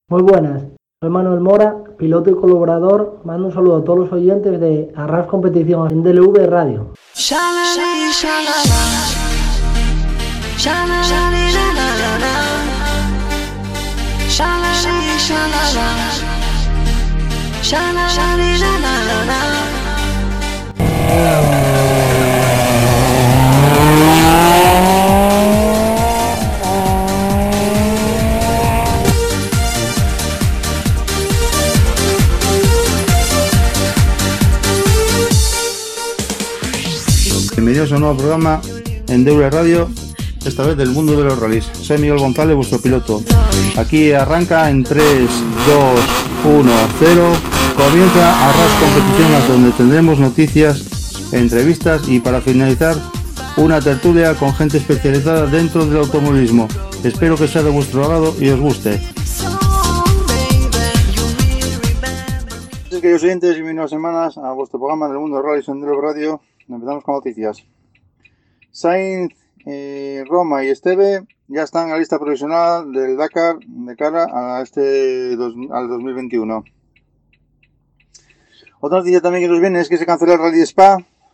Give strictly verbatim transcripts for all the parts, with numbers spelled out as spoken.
Muy buenas, soy Manuel Mora, piloto y colaborador. Mando un saludo a todos los oyentes de Arras Competición en D L V Radio. Shalali, shalala. Shalali, shalala. Shalali, shalala. Shalali, shalala. Bienvenidos a un nuevo programa en D W Radio, esta vez del mundo de los rallies. Soy Miguel González, vuestro piloto. Aquí arranca en tres, dos, uno, cero. Comienza Arras Competición, donde tendremos noticias, entrevistas y para finalizar una tertulia con gente especializada dentro del automovilismo. Espero que sea de vuestro agrado y os guste. Queridos oyentes, bienvenidos semanas a vuestro programa del mundo de rallies en D W Radio. Empezamos con noticias. Sainz, eh, Roma y Esteve ya están en la lista provisional del Dakar de cara a este dos, al dos mil veintiuno. Otra noticia también que nos viene es que se cancela el Rally de Spa,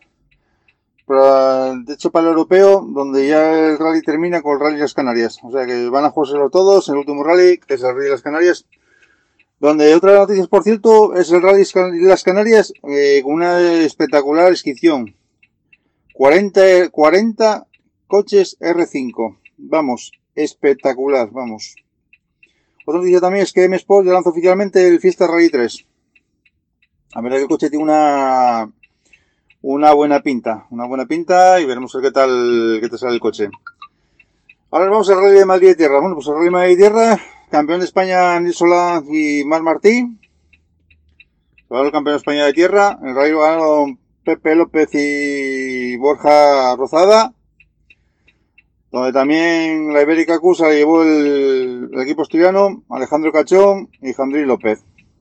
para, de hecho para el europeo, donde ya el rally termina con el Rally de las Canarias. O sea que van a jugárselo todos, el último rally, que es el Rally de las Canarias. Donde otra noticia, por cierto, es el Rally de las Canarias, eh, con una espectacular inscripción. cuarenta, cuarenta coches R cinco. Vamos, espectacular, vamos. Otra noticia también es que M Sport ya lanza oficialmente el Fiesta Rally tres. A ver que el coche tiene una una buena pinta, una buena pinta y veremos qué tal, qué tal sale el coche. Ahora vamos al Rally de Madrid de Tierra. Bueno, pues el Rally de Madrid de Tierra, campeón de España Nilsola y Mar Martí. El campeón de España de Tierra. El Rally lo ganaron Pepe López y Borja Rozada. Donde también la Ibérica Q se la llevó el, el equipo asturiano, Alejandro Cachón y Jandrí López.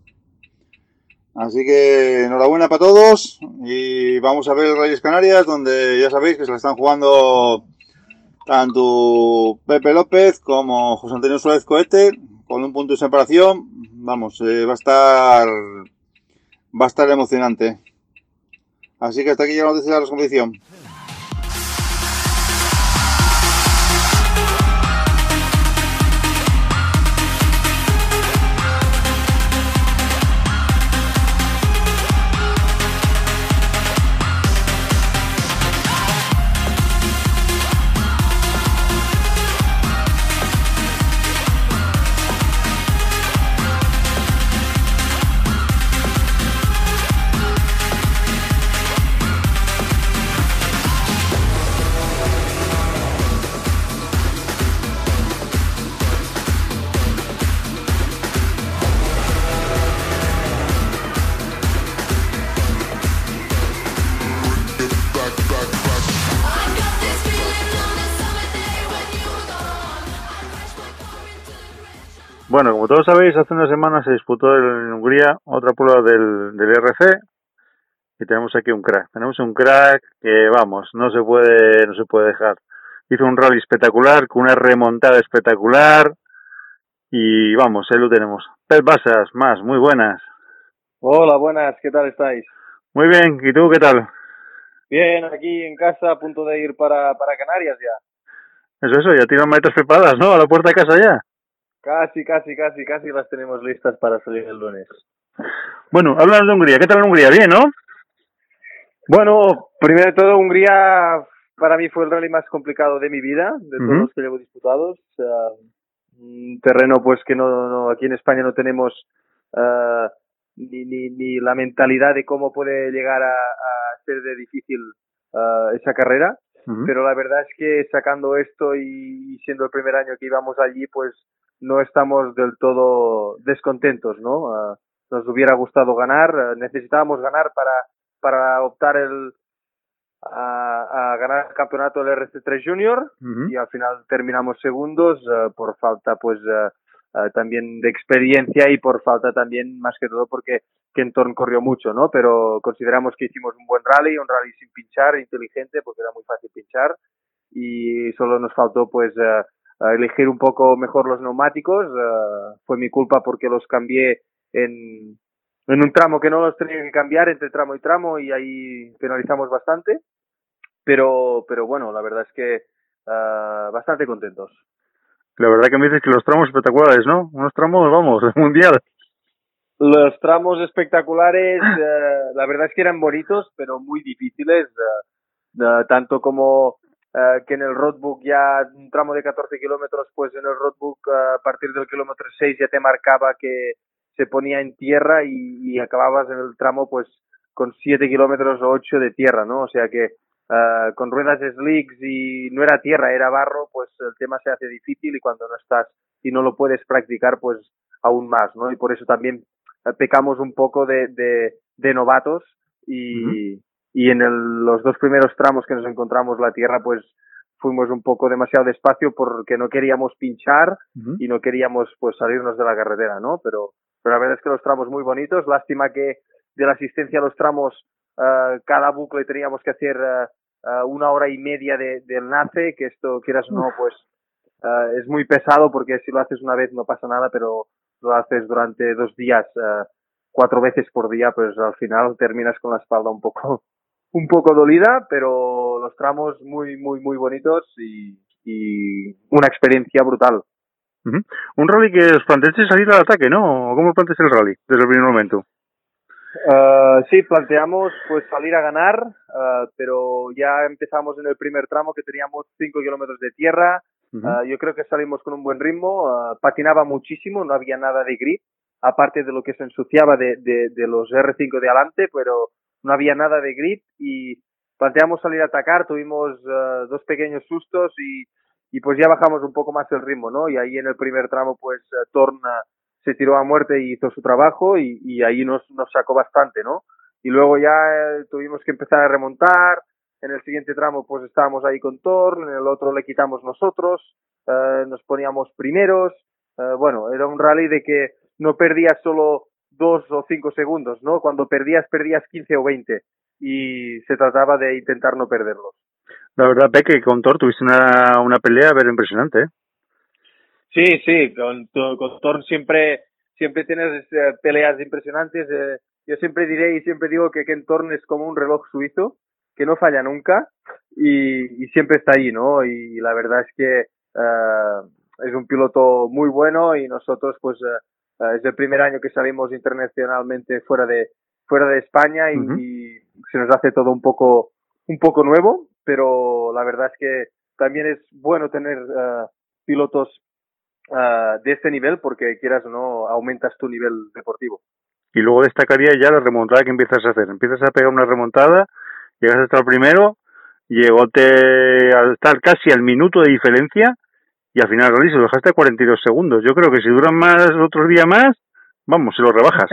Así que enhorabuena para todos y vamos a ver el Rally Canarias, donde ya sabéis que se la están jugando tanto Pepe López como José Antonio Suárez Cohete, con un punto de separación. Vamos, eh, va a estar va a estar emocionante. Así que hasta aquí ya la noticia de la competición. Bueno, como todos sabéis, hace una semana se disputó en Hungría otra prueba del, del R C y tenemos aquí un crack. Tenemos un crack que, vamos, no se puede no se puede dejar. Hizo un rally espectacular, con una remontada espectacular y, vamos, ahí lo tenemos. Pep Basas, más, muy buenas. Hola, buenas, ¿qué tal estáis? Muy bien, ¿y tú qué tal? Bien, aquí en casa, a punto de ir para, para Canarias ya. Eso, eso, ya tiran maletas preparadas, ¿no? A la puerta de casa ya. Casi, casi, casi, casi las tenemos listas para salir el lunes. Bueno, háblanos de Hungría. ¿Qué tal en Hungría? ¿Bien, no? Bueno, primero de todo, Hungría para mí fue el rally más complicado de mi vida, de todos uh-huh. los que llevo disputados. Uh, un terreno pues que no, no aquí en España no tenemos uh, ni, ni, ni la mentalidad de cómo puede llegar a, a ser de difícil uh, esa carrera. Uh-huh. Pero la verdad es que sacando esto y siendo el primer año que íbamos allí, pues no estamos del todo descontentos, ¿no? Uh, nos hubiera gustado ganar, uh, necesitábamos ganar para para optar el a, a ganar el campeonato del R C tres Junior uh-huh. y al final terminamos segundos uh, por falta pues uh, uh, también de experiencia y por falta también más que todo porque Ken Thorne corrió mucho, ¿no? Pero consideramos que hicimos un buen rally, un rally sin pinchar, inteligente porque era muy fácil pinchar y solo nos faltó pues uh, a elegir un poco mejor los neumáticos. Uh, fue mi culpa porque los cambié en, en un tramo que no los tenía que cambiar entre tramo y tramo y ahí penalizamos bastante. Pero, pero bueno, la verdad es que uh, bastante contentos. La verdad que me dices que los tramos espectaculares, ¿no? Unos tramos, vamos, mundial. Los tramos espectaculares, uh, la verdad es que eran bonitos, pero muy difíciles, uh, uh, tanto como uh, que en el roadbook ya un tramo de catorce kilómetros, pues en el roadbook uh, a partir del kilómetro seis ya te marcaba que se ponía en tierra y, y acababas en el tramo pues con siete kilómetros o ocho de tierra, ¿no? O sea que uh, con ruedas slicks y no era tierra, era barro, pues el tema se hace difícil y cuando no estás y no lo puedes practicar, pues aún más, ¿no? Y por eso también pecamos un poco de, de, de novatos y, uh-huh. y en el, los dos primeros tramos que nos encontramos la tierra pues fuimos un poco demasiado despacio porque no queríamos pinchar uh-huh. y no queríamos pues salirnos de la carretera, ¿no? Pero, pero la verdad es que los tramos muy bonitos, lástima que de la asistencia a los tramos uh, cada bucle teníamos que hacer uh, uh, una hora y media de, de enlace, que esto quieras o no pues uh, es muy pesado porque si lo haces una vez no pasa nada, pero lo haces durante dos días, uh, cuatro veces por día, pues al final terminas con la espalda un poco, un poco dolida, pero los tramos muy, muy, muy bonitos y, y una experiencia brutal. Uh-huh. Un rally que os planteaste salir al ataque, ¿no? ¿Cómo planteaste el rally desde el primer momento? Uh, sí, planteamos pues salir a ganar, uh, pero ya empezamos en el primer tramo que teníamos cinco kilómetros de tierra. Uh, yo creo que salimos con un buen ritmo, uh, patinaba muchísimo, no había nada de grip, aparte de lo que se ensuciaba de, de, de los erre cinco de adelante, pero no había nada de grip y planteamos salir a atacar, tuvimos uh, dos pequeños sustos y, y pues ya bajamos un poco más el ritmo, ¿no? Y ahí en el primer tramo pues uh, Thorn uh, se tiró a muerte y hizo su trabajo y, y ahí nos, nos sacó bastante, ¿no? Y luego ya uh, tuvimos que empezar a remontar. En el siguiente tramo pues estábamos ahí con Thorn, en el otro le quitamos nosotros, uh, nos poníamos primeros, uh, bueno, era un rally de que no perdías solo dos o cinco segundos, ¿no? Cuando perdías, perdías quince o veinte y se trataba de intentar no perderlos. La verdad, Peque, con Thorn tuviste una, una pelea pero impresionante, ¿eh? Sí, sí, con, con Thorn siempre, siempre tienes eh, peleas impresionantes, eh, yo siempre diré y siempre digo que Ken Thorn es como un reloj suizo, que no falla nunca y, y siempre está ahí, ¿no? Y la verdad es que uh, es un piloto muy bueno y nosotros pues uh, es el primer año que salimos internacionalmente fuera de fuera de España y, uh-huh. y se nos hace todo un poco un poco nuevo, pero la verdad es que también es bueno tener uh, pilotos uh, de este nivel porque quieras o no aumentas tu nivel deportivo. Y luego destacaría ya la remontada que empiezas a hacer. Empiezas a pegar una remontada, llegas hasta el primero, llegóte a estar casi al minuto de diferencia y al final rally se lo dejaste a cuarenta y dos segundos. Yo creo que si duran más otros días más, vamos, se lo rebajas.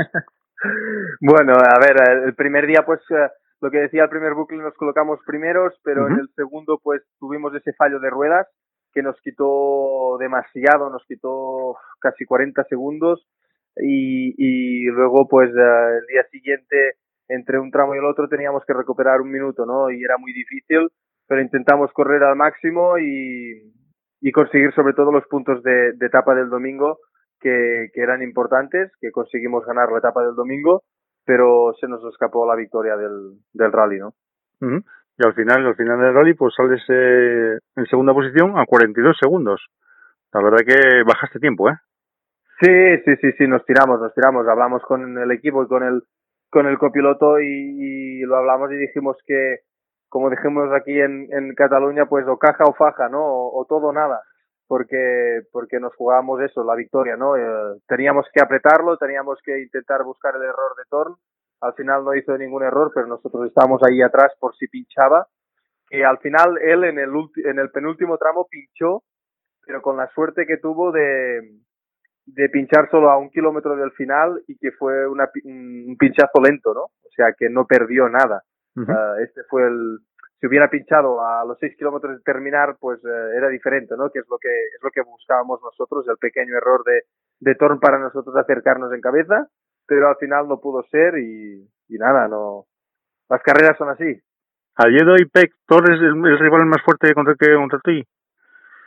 Bueno, a ver, el primer día pues uh, lo que decía el primer bucle nos colocamos primeros, pero uh-huh. en el segundo pues tuvimos ese fallo de ruedas que nos quitó demasiado, nos quitó casi cuarenta segundos y, y luego pues uh, el día siguiente entre un tramo y el otro teníamos que recuperar un minuto, ¿no? Y era muy difícil, pero intentamos correr al máximo y, y conseguir sobre todo los puntos de, de etapa del domingo que, que eran importantes, que conseguimos ganar la etapa del domingo, pero se nos escapó la victoria del, del rally, ¿no? Uh-huh. Y al final, al final del rally, pues sales eh, en segunda posición a cuarenta y dos segundos. La verdad que bajaste tiempo, ¿eh? Sí, sí, sí, sí, nos tiramos, nos tiramos. Hablamos con el equipo y con el con el copiloto y, y lo hablamos y dijimos que, como dijimos aquí en, en Cataluña, pues o caja o faja, ¿no? O, o todo o nada, porque porque nos jugábamos eso, la victoria, ¿no? Eh, teníamos que apretarlo, teníamos que intentar buscar el error de Thorn. Al final no hizo ningún error, pero nosotros estábamos ahí atrás por si pinchaba. Que al final él en el ulti- en el penúltimo tramo pinchó, pero con la suerte que tuvo de de pinchar solo a un kilómetro del final y que fue una, un pinchazo lento, ¿no? O sea, que no perdió nada. Uh-huh. Uh, este fue el... Si hubiera pinchado a los seis kilómetros de terminar, pues uh, era diferente, ¿no? Que es lo que es lo que buscábamos nosotros, el pequeño error de, de Thorn para nosotros acercarnos en cabeza, pero al final no pudo ser y, y nada, no... Las carreras son así. ¿A día de hoy, Peck, Thorn es el, el rival más fuerte contra, que, contra ti?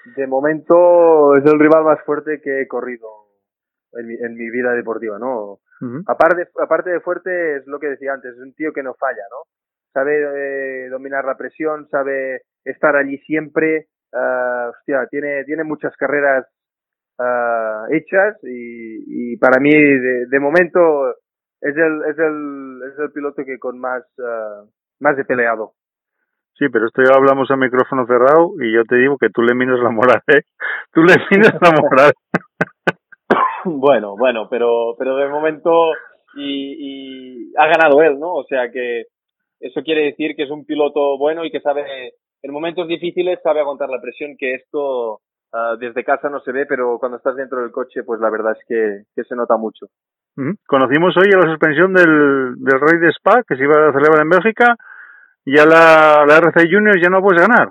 de momento es el rival más fuerte que he corrido en mi, en mi vida deportiva, ¿no? Uh-huh. Aparte, aparte de fuerte, es lo que decía antes, es un tío que no falla, ¿no? Sabe eh, dominar la presión, sabe estar allí siempre, uh, hostia, tiene, tiene muchas carreras uh, hechas y, y para mí, de, de momento, es el, es el, es el piloto que con más, uh, más he peleado. Sí, pero esto ya hablamos a micrófono cerrado y yo te digo que tú le miras la moral, ¿eh? Tú le miras la moral. Bueno, bueno, pero, pero de momento y, y ha ganado él, ¿no? O sea que eso quiere decir que es un piloto bueno y que sabe, en momentos difíciles sabe aguantar la presión, que esto uh, desde casa no se ve, pero cuando estás dentro del coche, pues la verdad es que, que se nota mucho. Uh-huh. Conocimos hoy a la suspensión del, del Rally de Spa, que se iba a celebrar en Bélgica, y a la, la R C Juniors ya no puedes ganar.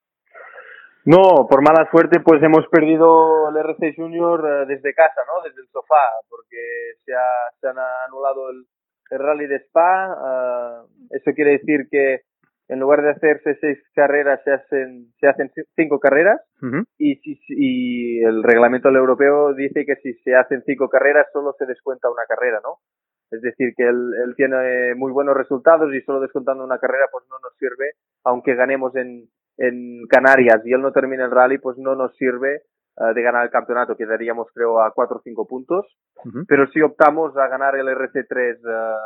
No, por mala suerte pues hemos perdido el R C Junior uh, desde casa, ¿no? Desde el sofá, porque se ha, se han anulado el, el Rally de Spa. Uh, eso quiere decir que en lugar de hacerse seis carreras se hacen se hacen cinco carreras. Uh-huh. y, si, y el reglamento del europeo dice que si se hacen cinco carreras solo se descuenta una carrera, ¿no? Es decir, que él, él tiene muy buenos resultados y solo descontando una carrera pues no nos sirve, aunque ganemos en en Canarias y él no termina el rally, pues no nos sirve uh, de ganar el campeonato, quedaríamos creo a cuatro o cinco puntos, uh-huh. Pero si optamos a ganar el R C tres,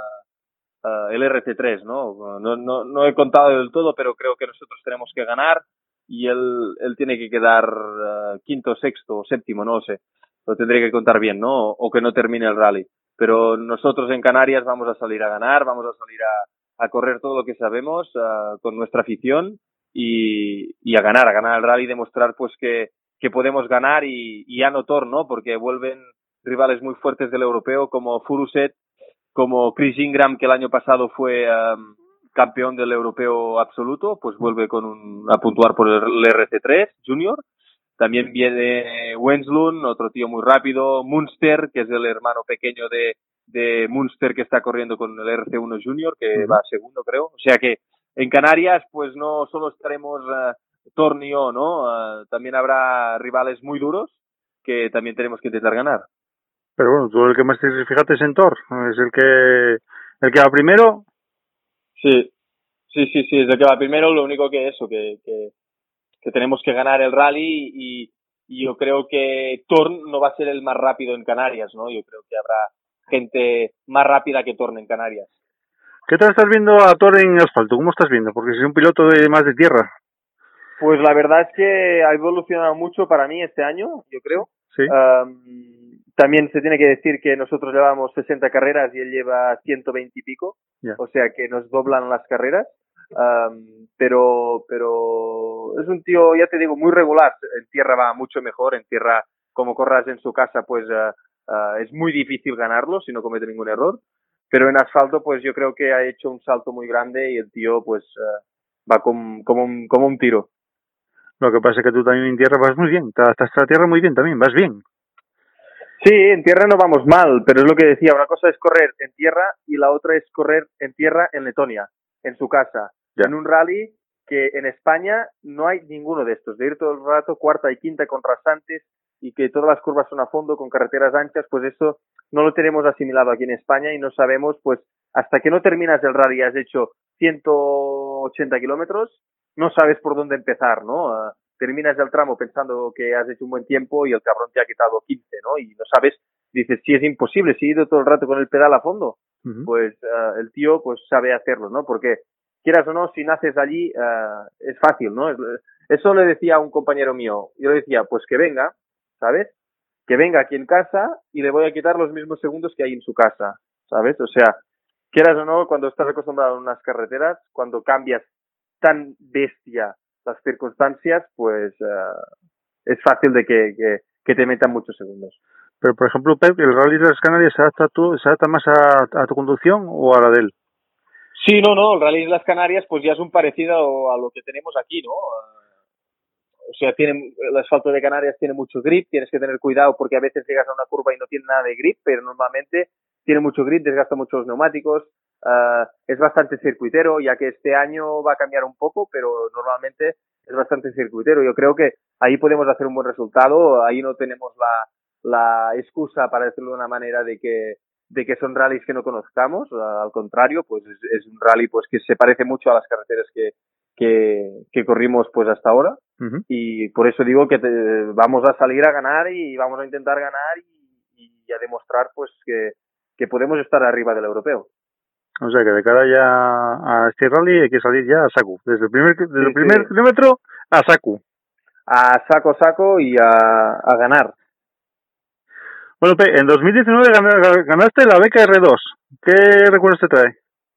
uh, uh, el R C tres, ¿no? ¿no? No no he contado del todo, pero creo que nosotros tenemos que ganar y él, él tiene que quedar uh, quinto, sexto o séptimo, no lo sé, lo tendría que contar bien, ¿no? O que no termine el rally. Pero nosotros en Canarias vamos a salir a ganar, vamos a salir a, a correr todo lo que sabemos uh, con nuestra afición. Y, y a ganar, a ganar el rally, demostrar pues que, que podemos ganar y, y a notar, ¿no? Porque vuelven rivales muy fuertes del europeo como Furuset, como Chris Ingram, que el año pasado fue um, campeón del europeo absoluto, pues vuelve con un, a puntuar por el R C tres Junior. También viene Wenslund, otro tío muy rápido, Munster, que es el hermano pequeño de, de Munster que está corriendo con el R C uno Junior, que uh-huh. va segundo creo. O sea que en Canarias, pues no solo estaremos uh, Tornio, ¿no? Uh, también habrá rivales muy duros que también tenemos que intentar ganar. Pero bueno, tú el que más te fíjate es en Thor, es el que el que va primero. Sí, sí, sí, sí, es el que va primero. Lo único que eso, que que, que tenemos que ganar el rally y, y yo creo que Thor no va a ser el más rápido en Canarias, ¿no? Yo creo que habrá gente más rápida que Thor en Canarias. ¿Qué tal estás viendo a Thor en asfalto? ¿Cómo estás viendo? Porque si es un piloto de más de tierra. Pues la verdad es que ha evolucionado mucho para mí este año, yo creo. Sí. Um, también se tiene que decir que nosotros llevamos sesenta carreras y él lleva ciento veinte y pico. Yeah. O sea que nos doblan las carreras. Um, pero, pero es un tío, ya te digo, muy regular. En tierra va mucho mejor. En tierra, como corras en su casa, pues uh, uh, es muy difícil ganarlo si no comete ningún error. Pero en asfalto, pues yo creo que ha hecho un salto muy grande y el tío, pues, uh, va como, como, un, como un tiro. Lo que pasa es que tú también en tierra vas muy bien. Estás en la tierra muy bien también, vas bien. Sí, en tierra no vamos mal, pero es lo que decía. Una cosa es correr en tierra y la otra es correr en tierra en Letonia, en su casa. Ya. En un rally que en España no hay ninguno de estos. De ir todo el rato, cuarta y quinta con rasantes y que todas las curvas son a fondo con carreteras anchas, pues eso no lo tenemos asimilado aquí en España y no sabemos, pues hasta que no terminas el rally y has hecho ciento ochenta kilómetros, no sabes por dónde empezar, ¿no? Uh, terminas el tramo pensando que has hecho un buen tiempo y el cabrón te ha quitado quince, ¿no? Y no sabes, dices, sí, es imposible, si he ido todo el rato con el pedal a fondo. Uh-huh. Pues uh, el tío pues sabe hacerlo, ¿no? Porque quieras o no, si naces allí, uh, es fácil, ¿no? Eso le decía a un compañero mío, yo le decía, pues que venga, ¿sabes? Que venga aquí en casa y le voy a quitar los mismos segundos que hay en su casa, ¿sabes? O sea, quieras o no, cuando estás acostumbrado a unas carreteras, cuando cambias tan bestia las circunstancias, pues uh, es fácil de que, que, que te metan muchos segundos. Pero, por ejemplo, Pep, ¿el Rally de las Canarias se adapta, tú, se adapta más a, a tu conducción o a la de él? Sí, no, no, el Rally de las Canarias pues ya es un parecido a lo que tenemos aquí, ¿no? O sea, tiene, el asfalto de Canarias tiene mucho grip, tienes que tener cuidado porque a veces llegas a una curva y no tiene nada de grip, pero normalmente tiene mucho grip, desgasta mucho los neumáticos, uh, es bastante circuitero, ya que este año va a cambiar un poco, pero normalmente es bastante circuitero. Yo creo que ahí podemos hacer un buen resultado, ahí no tenemos la, la excusa, para decirlo de una manera, de que de que son rallies que no conozcamos, al contrario, pues es, es un rally pues que se parece mucho a las carreteras que que, que corrimos pues hasta ahora, uh-huh. Y por eso digo que te, vamos a salir a ganar y vamos a intentar ganar y, y a demostrar pues que, que podemos estar arriba del europeo. O sea que de cara ya a este rally hay que salir ya a saco, desde el primer desde sí, el primer sí. kilómetro a saco. A saco, saco y a, a ganar. Bueno, Pe, en dos mil diecinueve ganaste la beca erre dos. ¿Qué recuerdos te trae?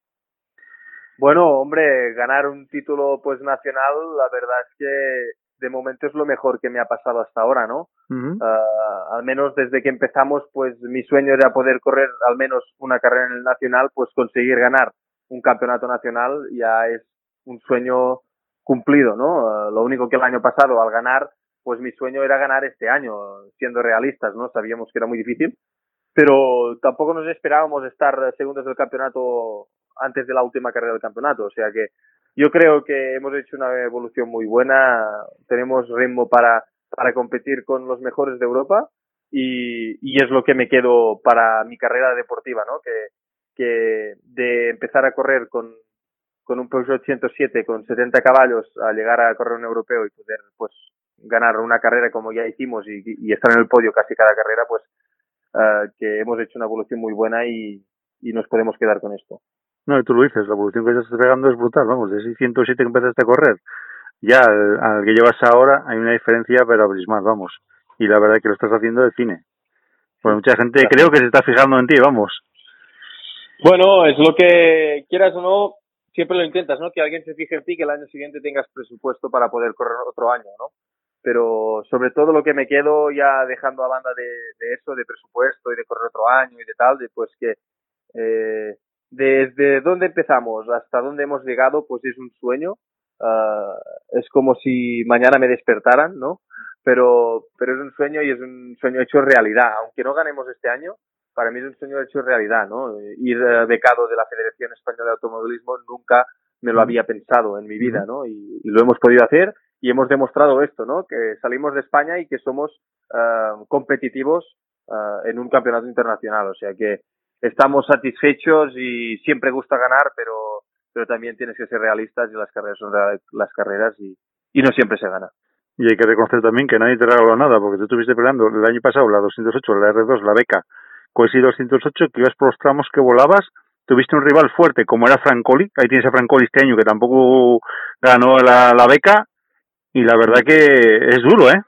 Bueno, hombre, ganar un título pues nacional, la verdad es que de momento es lo mejor que me ha pasado hasta ahora, ¿no? Uh-huh. Uh, al menos desde que empezamos, pues mi sueño era poder correr al menos una carrera en el nacional, pues conseguir ganar un campeonato nacional ya es un sueño cumplido, ¿no? Uh, lo único que el año pasado, al ganar, pues mi sueño era ganar este año, siendo realistas, ¿no? Sabíamos que era muy difícil, pero tampoco nos esperábamos estar segundos del campeonato antes de la última carrera del campeonato, o sea que yo creo que hemos hecho una evolución muy buena, tenemos ritmo para, para competir con los mejores de Europa y, y es lo que me quedo para mi carrera deportiva, ¿no? Que, que de empezar a correr con, con un Peugeot ciento siete con setenta caballos a llegar a correr un europeo y poder pues ganar una carrera como ya hicimos y, y estar en el podio casi cada carrera, pues uh, que hemos hecho una evolución muy buena y, y nos podemos quedar con esto. No, y tú lo dices, la evolución que estás pegando es brutal, vamos, de ese ciento siete que empezaste a correr, ya al, al que llevas ahora hay una diferencia pero abismal, vamos, y la verdad es que lo estás haciendo de cine. Pues mucha gente claro. Creo que se está fijando en ti, vamos. Bueno, es lo que quieras o no, siempre lo intentas, ¿no? Que alguien se fije en ti, que el año siguiente tengas presupuesto para poder correr otro año, ¿no? Pero sobre todo lo que me quedo ya dejando a banda de, de eso, de presupuesto y de correr otro año y de tal, de pues que eh, desde dónde empezamos hasta dónde hemos llegado, pues es un sueño, uh, es como si mañana me despertaran, ¿no? Pero, pero es un sueño y es un sueño hecho realidad, aunque no ganemos este año, para mí es un sueño hecho realidad, ¿no? Ir uh, becado de la Federación Española de Automovilismo nunca me lo había pensado en mi vida, ¿no? Y, y lo hemos podido hacer y hemos demostrado esto, ¿no? Que salimos de España y que somos uh, competitivos uh, en un campeonato internacional, o sea que estamos satisfechos y siempre gusta ganar, pero pero también tienes que ser realistas y las carreras son las carreras y, y no siempre se gana. Y hay que reconocer también que nadie te regaló nada, porque tú estuviste peleando el año pasado la doscientos ocho, la erre dos, la beca, Coesi doscientos ocho, que ibas por los tramos que volabas, tuviste un rival fuerte como era Francoli, ahí tienes a Francoli este año que tampoco ganó la, la beca, y la verdad que es duro, ¿eh?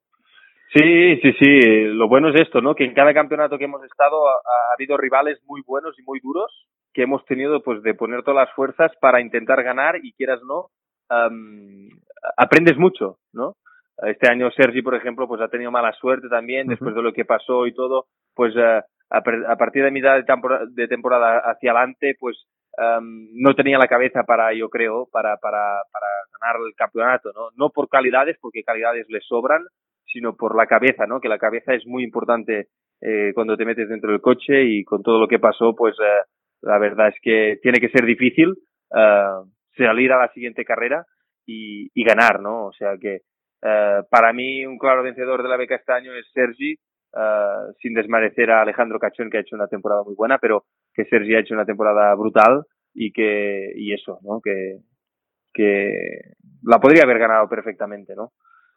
Sí, sí, sí. Lo bueno es esto, ¿no? Que en cada campeonato que hemos estado ha, ha habido rivales muy buenos y muy duros que hemos tenido pues de poner todas las fuerzas para intentar ganar y quieras no, um, aprendes mucho, ¿no? Este año Sergi, por ejemplo, pues ha tenido mala suerte también, uh-huh. Después de lo que pasó y todo, pues uh, a, per- a partir de mitad de temporada, de temporada hacia adelante, pues um, no tenía la cabeza para, yo creo, para, para, para ganar el campeonato, ¿no? No por calidades, porque calidades le sobran, sino por la cabeza, ¿no? Que la cabeza es muy importante eh, cuando te metes dentro del coche y con todo lo que pasó, pues eh, la verdad es que tiene que ser difícil uh, salir a la siguiente carrera y, y ganar, ¿no? O sea que uh, para mí un claro vencedor de la beca este año es Sergi, uh, sin desmerecer a Alejandro Cachón, que ha hecho una temporada muy buena, pero que Sergi ha hecho una temporada brutal y que y eso, ¿no? Que, que la podría haber ganado perfectamente, ¿no?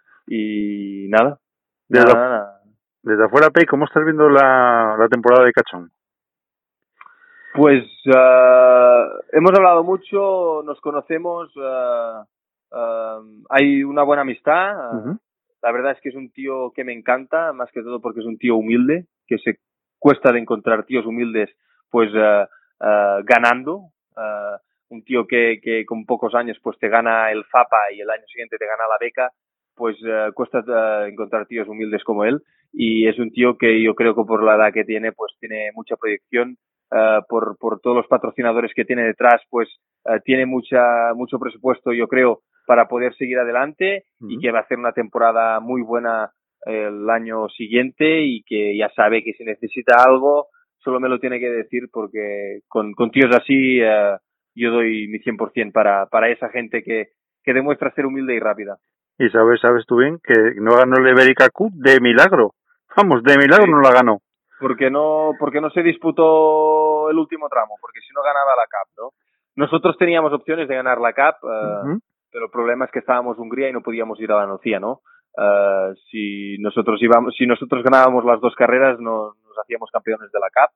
Y nada, desde, nada, nada. Desde afuera, Pei, ¿cómo estás viendo la, la temporada de Cachón? Pues uh, hemos hablado mucho, nos conocemos, uh, uh, hay una buena amistad. Uh-huh. La verdad es que es un tío que me encanta, más que todo porque es un tío humilde, que se cuesta de encontrar tíos humildes, pues uh, uh, ganando. Uh, un tío que, que con pocos años pues te gana el FAPA y el año siguiente te gana la beca. Pues uh, cuesta uh, encontrar tíos humildes como él y es un tío que yo creo que por la edad que tiene pues tiene mucha proyección, uh, por por todos los patrocinadores que tiene detrás pues uh, tiene mucha mucho presupuesto, yo creo, para poder seguir adelante. Uh-huh. Y que va a hacer una temporada muy buena el año siguiente y que ya sabe que si necesita algo solo me lo tiene que decir, porque con, con tíos así uh, yo doy mi cien por ciento para para esa gente que que demuestra ser humilde y rápida. Y sabes, sabes tú bien que no ganó el Iberica Cup de milagro. Vamos, de milagro Sí. no la ganó. Porque no, porque no se disputó el último tramo, porque si no ganaba la Cup, ¿no? Nosotros teníamos opciones de ganar la Cup, uh, Uh-huh. pero el problema es que estábamos en Hungría y no podíamos ir a la Nucía, ¿no? Uh, si nosotros íbamos, si nosotros ganábamos las dos carreras, no, nos hacíamos campeones de la Cup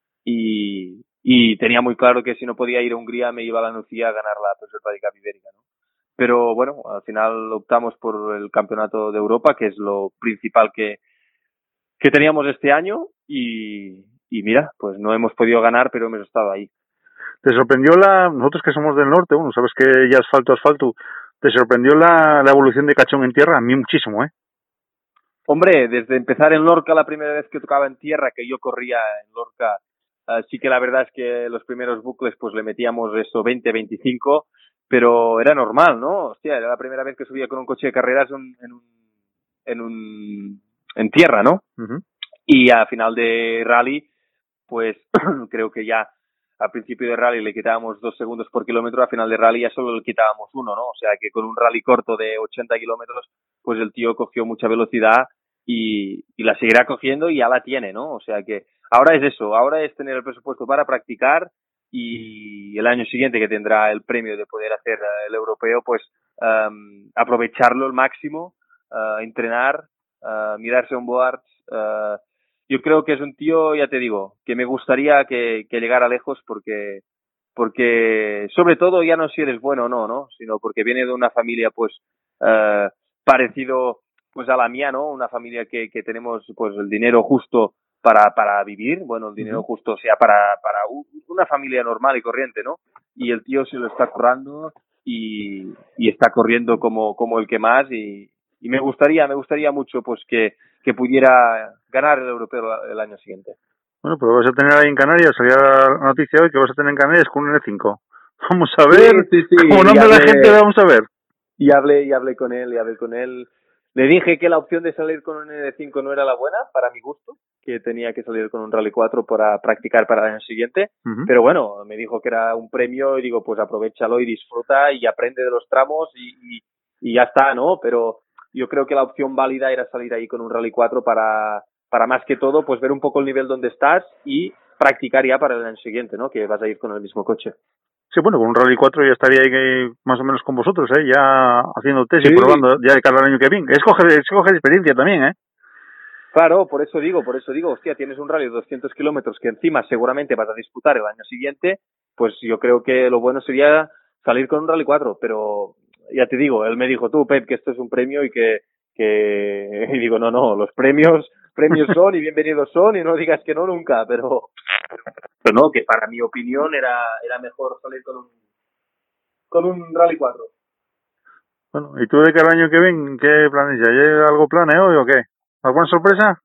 y, y tenía muy claro que si no podía ir a Hungría me iba a la Nucía a ganar la Peugeot Rally Cup Ibérica, ¿no? Pero bueno, al final optamos por el campeonato de Europa, que es lo principal que que teníamos este año y, y mira, pues no hemos podido ganar, pero hemos estado ahí. ¿Te sorprendió la, nosotros que somos del norte, bueno, sabes que ya asfalto, asfalto, ¿te sorprendió la, la evolución de Cachón en tierra? A mí muchísimo, ¿eh? Hombre, desde empezar en Lorca la primera vez que tocaba en tierra, que yo corría en Lorca, uh, sí que la verdad es que los primeros bucles pues le metíamos eso veinte, veinticinco, pero era normal, ¿no? Hostia, era la primera vez que subía con un coche de carreras en, en un, en un, en tierra, ¿no? Uh-huh. Y a final de rally, pues creo que ya al principio de rally le quitábamos dos segundos por kilómetro, a final de rally ya solo le quitábamos uno, ¿no? O sea que con un rally corto de ochenta kilómetros, pues el tío cogió mucha velocidad y, y la seguirá cogiendo y ya la tiene, ¿no? O sea que ahora es eso, ahora es tener el presupuesto para practicar y el año siguiente que tendrá el premio de poder hacer el europeo, pues um, aprovecharlo al máximo, uh, entrenar, uh, mirarse on boards, uh, yo creo que es un tío, ya te digo, que me gustaría que, que llegara lejos porque, porque sobre todo ya no si eres bueno o no, ¿no? Sino porque viene de una familia pues uh, parecido pues a la mía, ¿no? Una familia que, que tenemos pues el dinero justo para, para vivir, bueno, el dinero justo, o sea, para, para una familia normal y corriente, ¿no? Y el tío se lo está currando y, y está corriendo como, como el que más y, y me gustaría, me gustaría mucho pues que, que pudiera ganar el europeo el año siguiente. Bueno, pero vas a tener ahí en Canarias, salía la noticia hoy que vas a tener en Canarias con un N cinco. Vamos a ver, sí, sí, sí, como no anda la gente, vamos a ver. Y hablé, y hablé con él, y hablé con él. Le dije que la opción de salir con un N cinco no era la buena, para mi gusto, que tenía que salir con un Rally cuatro para practicar para el año siguiente. Uh-huh. Pero bueno, me dijo que era un premio y digo, pues aprovéchalo y disfruta y aprende de los tramos y, y, y ya está, ¿no? Pero yo creo que la opción válida era salir ahí con un Rally cuatro para, para más que todo, pues ver un poco el nivel donde estás y practicar ya para el año siguiente, ¿no? Que vas a ir con el mismo coche. Sí, bueno, con un Rally cuatro ya estaría ahí más o menos con vosotros, ¿eh? Ya haciendo test sí. y probando ya de cada año que viene. Es coger, es coger experiencia también, ¿eh? Claro, por eso digo, por eso digo, hostia, tienes un rally de doscientos kilómetros que encima seguramente vas a disputar el año siguiente, pues yo creo que lo bueno sería salir con un Rally cuatro, pero ya te digo, él me dijo, tú, Pep, que esto es un premio y que, que... y digo, no, no, los premios, premios son y bienvenidos son y no digas que no nunca, pero... Pero no, que para mi opinión era, era mejor salir con un, con un Rally cuatro. Bueno, ¿y tú de cada año que viene, qué planes? ¿Ya hay algo planeado hoy o qué? ¿Alguna sorpresa?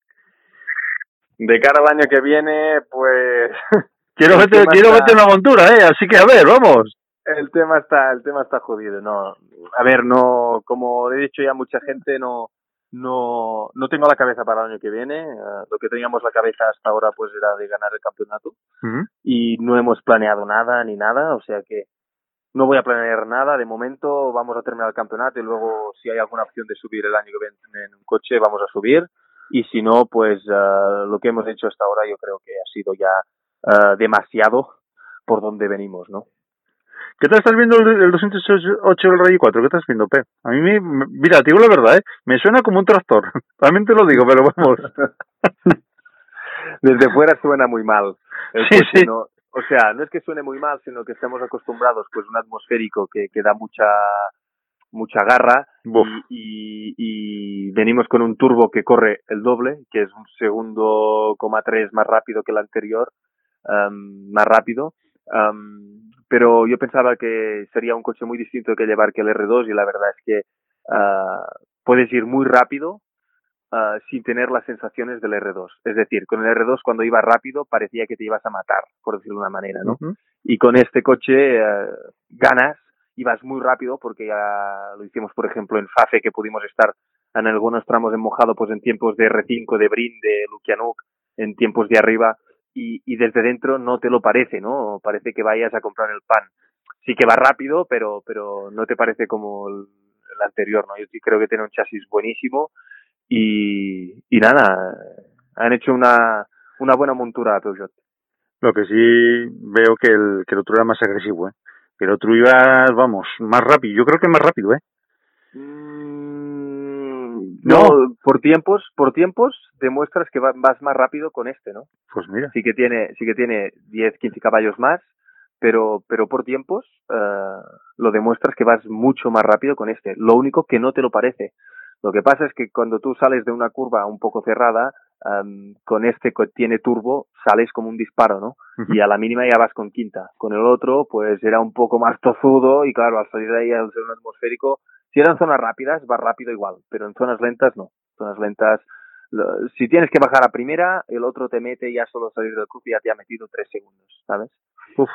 De cara al año que viene, pues... quiero verte, quiero verte una montura, ¿eh? Así que a ver, vamos. El tema está, el tema está jodido, no. A ver, no, como he dicho ya a mucha gente, no... No, no tengo la cabeza para el año que viene. Uh, lo que teníamos la cabeza hasta ahora pues era de ganar el campeonato. Uh-huh. Y no hemos planeado nada ni nada, o sea que no voy a planear nada. De momento vamos a terminar el campeonato y luego si hay alguna opción de subir el año que viene en un coche vamos a subir. Y si no, pues uh, lo que hemos hecho hasta ahora yo creo que ha sido ya uh, demasiado por donde venimos, ¿no? ¿Qué tal estás viendo el, el doscientos ocho del Rally cuatro? ¿Qué estás viendo, Pep? A mí, me, mira, te digo la verdad, ¿eh? Me suena como un tractor. También te lo digo, pero vamos. Desde fuera suena muy mal. El sí, coche, sí. No, o sea, no es que suene muy mal, sino que estamos acostumbrados, pues, a un atmosférico que, que da mucha mucha garra y, y, y venimos con un turbo que corre el doble, que es un segundo coma tres más rápido que el anterior, um, más rápido. Um, pero yo pensaba que sería un coche muy distinto que llevar que el R dos y la verdad es que uh, puedes ir muy rápido uh, sin tener las sensaciones del R dos. Es decir, con el R dos cuando ibas rápido parecía que te ibas a matar, por decirlo de una manera, ¿no? Uh-huh. Y con este coche uh, ganas, ibas muy rápido porque ya lo hicimos, por ejemplo, en Fafe, que pudimos estar en algunos tramos en mojado, pues en tiempos de R cinco, de Brin, de Lukianuk, en tiempos de arriba. Y, y desde dentro no te lo parece, ¿no? Parece que vayas a comprar el pan. sí que va rápido, pero pero no te parece como el, el anterior, ¿no? Yo sí creo que tiene un chasis buenísimo y, y nada, han hecho una, una buena montura a Peugeot. Lo que sí veo que el, que el otro era más agresivo, ¿eh? Que el otro iba, vamos, más rápido. Yo creo que más rápido, ¿eh? Mm, No. no, por tiempos, por tiempos demuestras que va- vas más rápido con este, ¿no? Pues mira. Sí que tiene, sí que tiene diez, quince caballos más, pero, pero por tiempos eh, lo demuestras que vas mucho más rápido con este. Lo único que no te lo parece. Lo que pasa es que cuando tú sales de una curva un poco cerrada, um, con este que tiene turbo, sales como un disparo, ¿no? Uh-huh. Y a la mínima ya vas con quinta. Con el otro, pues era un poco más tozudo y claro, al salir de ahí al ser un atmosférico, si eran zonas rápidas, va rápido igual, pero en zonas lentas no. Zonas lentas, lo, si tienes que bajar a primera, el otro te mete ya solo salir del club y ya te ha metido tres segundos, ¿sabes? Uf.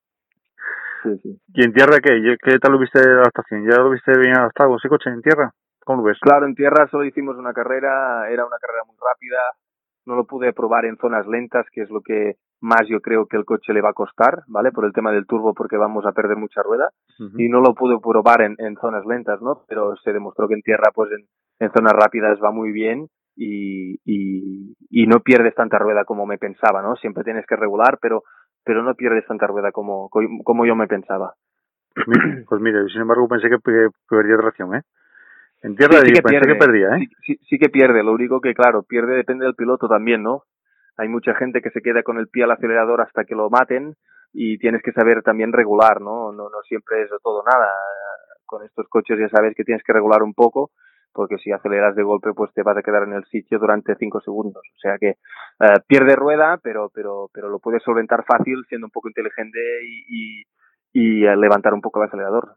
Sí, sí. ¿Y en tierra qué? ¿Qué tal lo viste de adaptación? ¿Ya lo viste bien adaptado ese coche en tierra? ¿Cómo lo ves? Claro, en tierra solo hicimos una carrera, era una carrera muy rápida, no lo pude probar en zonas lentas, que es lo que más yo creo que el coche le va a costar, ¿vale? Por el tema del turbo, porque vamos a perder mucha rueda, uh-huh. Y no lo pude probar en, en zonas lentas, ¿no? Pero se demostró que en tierra, pues en, en zonas rápidas va muy bien y, y, y no pierdes tanta rueda como me pensaba, ¿no? Siempre tienes que regular, pero pero no pierdes tanta rueda como, como yo me pensaba. Pues mira, pues mira, sin embargo pensé que, que perdía tracción, ¿eh? En tierra sí, sí que pensé pierde, que perdía, ¿eh? Sí, sí, sí que pierde, lo único que, claro, pierde depende del piloto también, ¿no? Hay mucha gente que se queda con el pie al acelerador hasta que lo maten y tienes que saber también regular, ¿no? No, no siempre es todo nada. Con estos coches ya sabes que tienes que regular un poco, porque si aceleras de golpe pues te vas a quedar en el sitio durante cinco segundos. O sea que uh, pierde rueda, pero pero pero lo puedes solventar fácil siendo un poco inteligente y, y, y uh, levantar un poco el acelerador.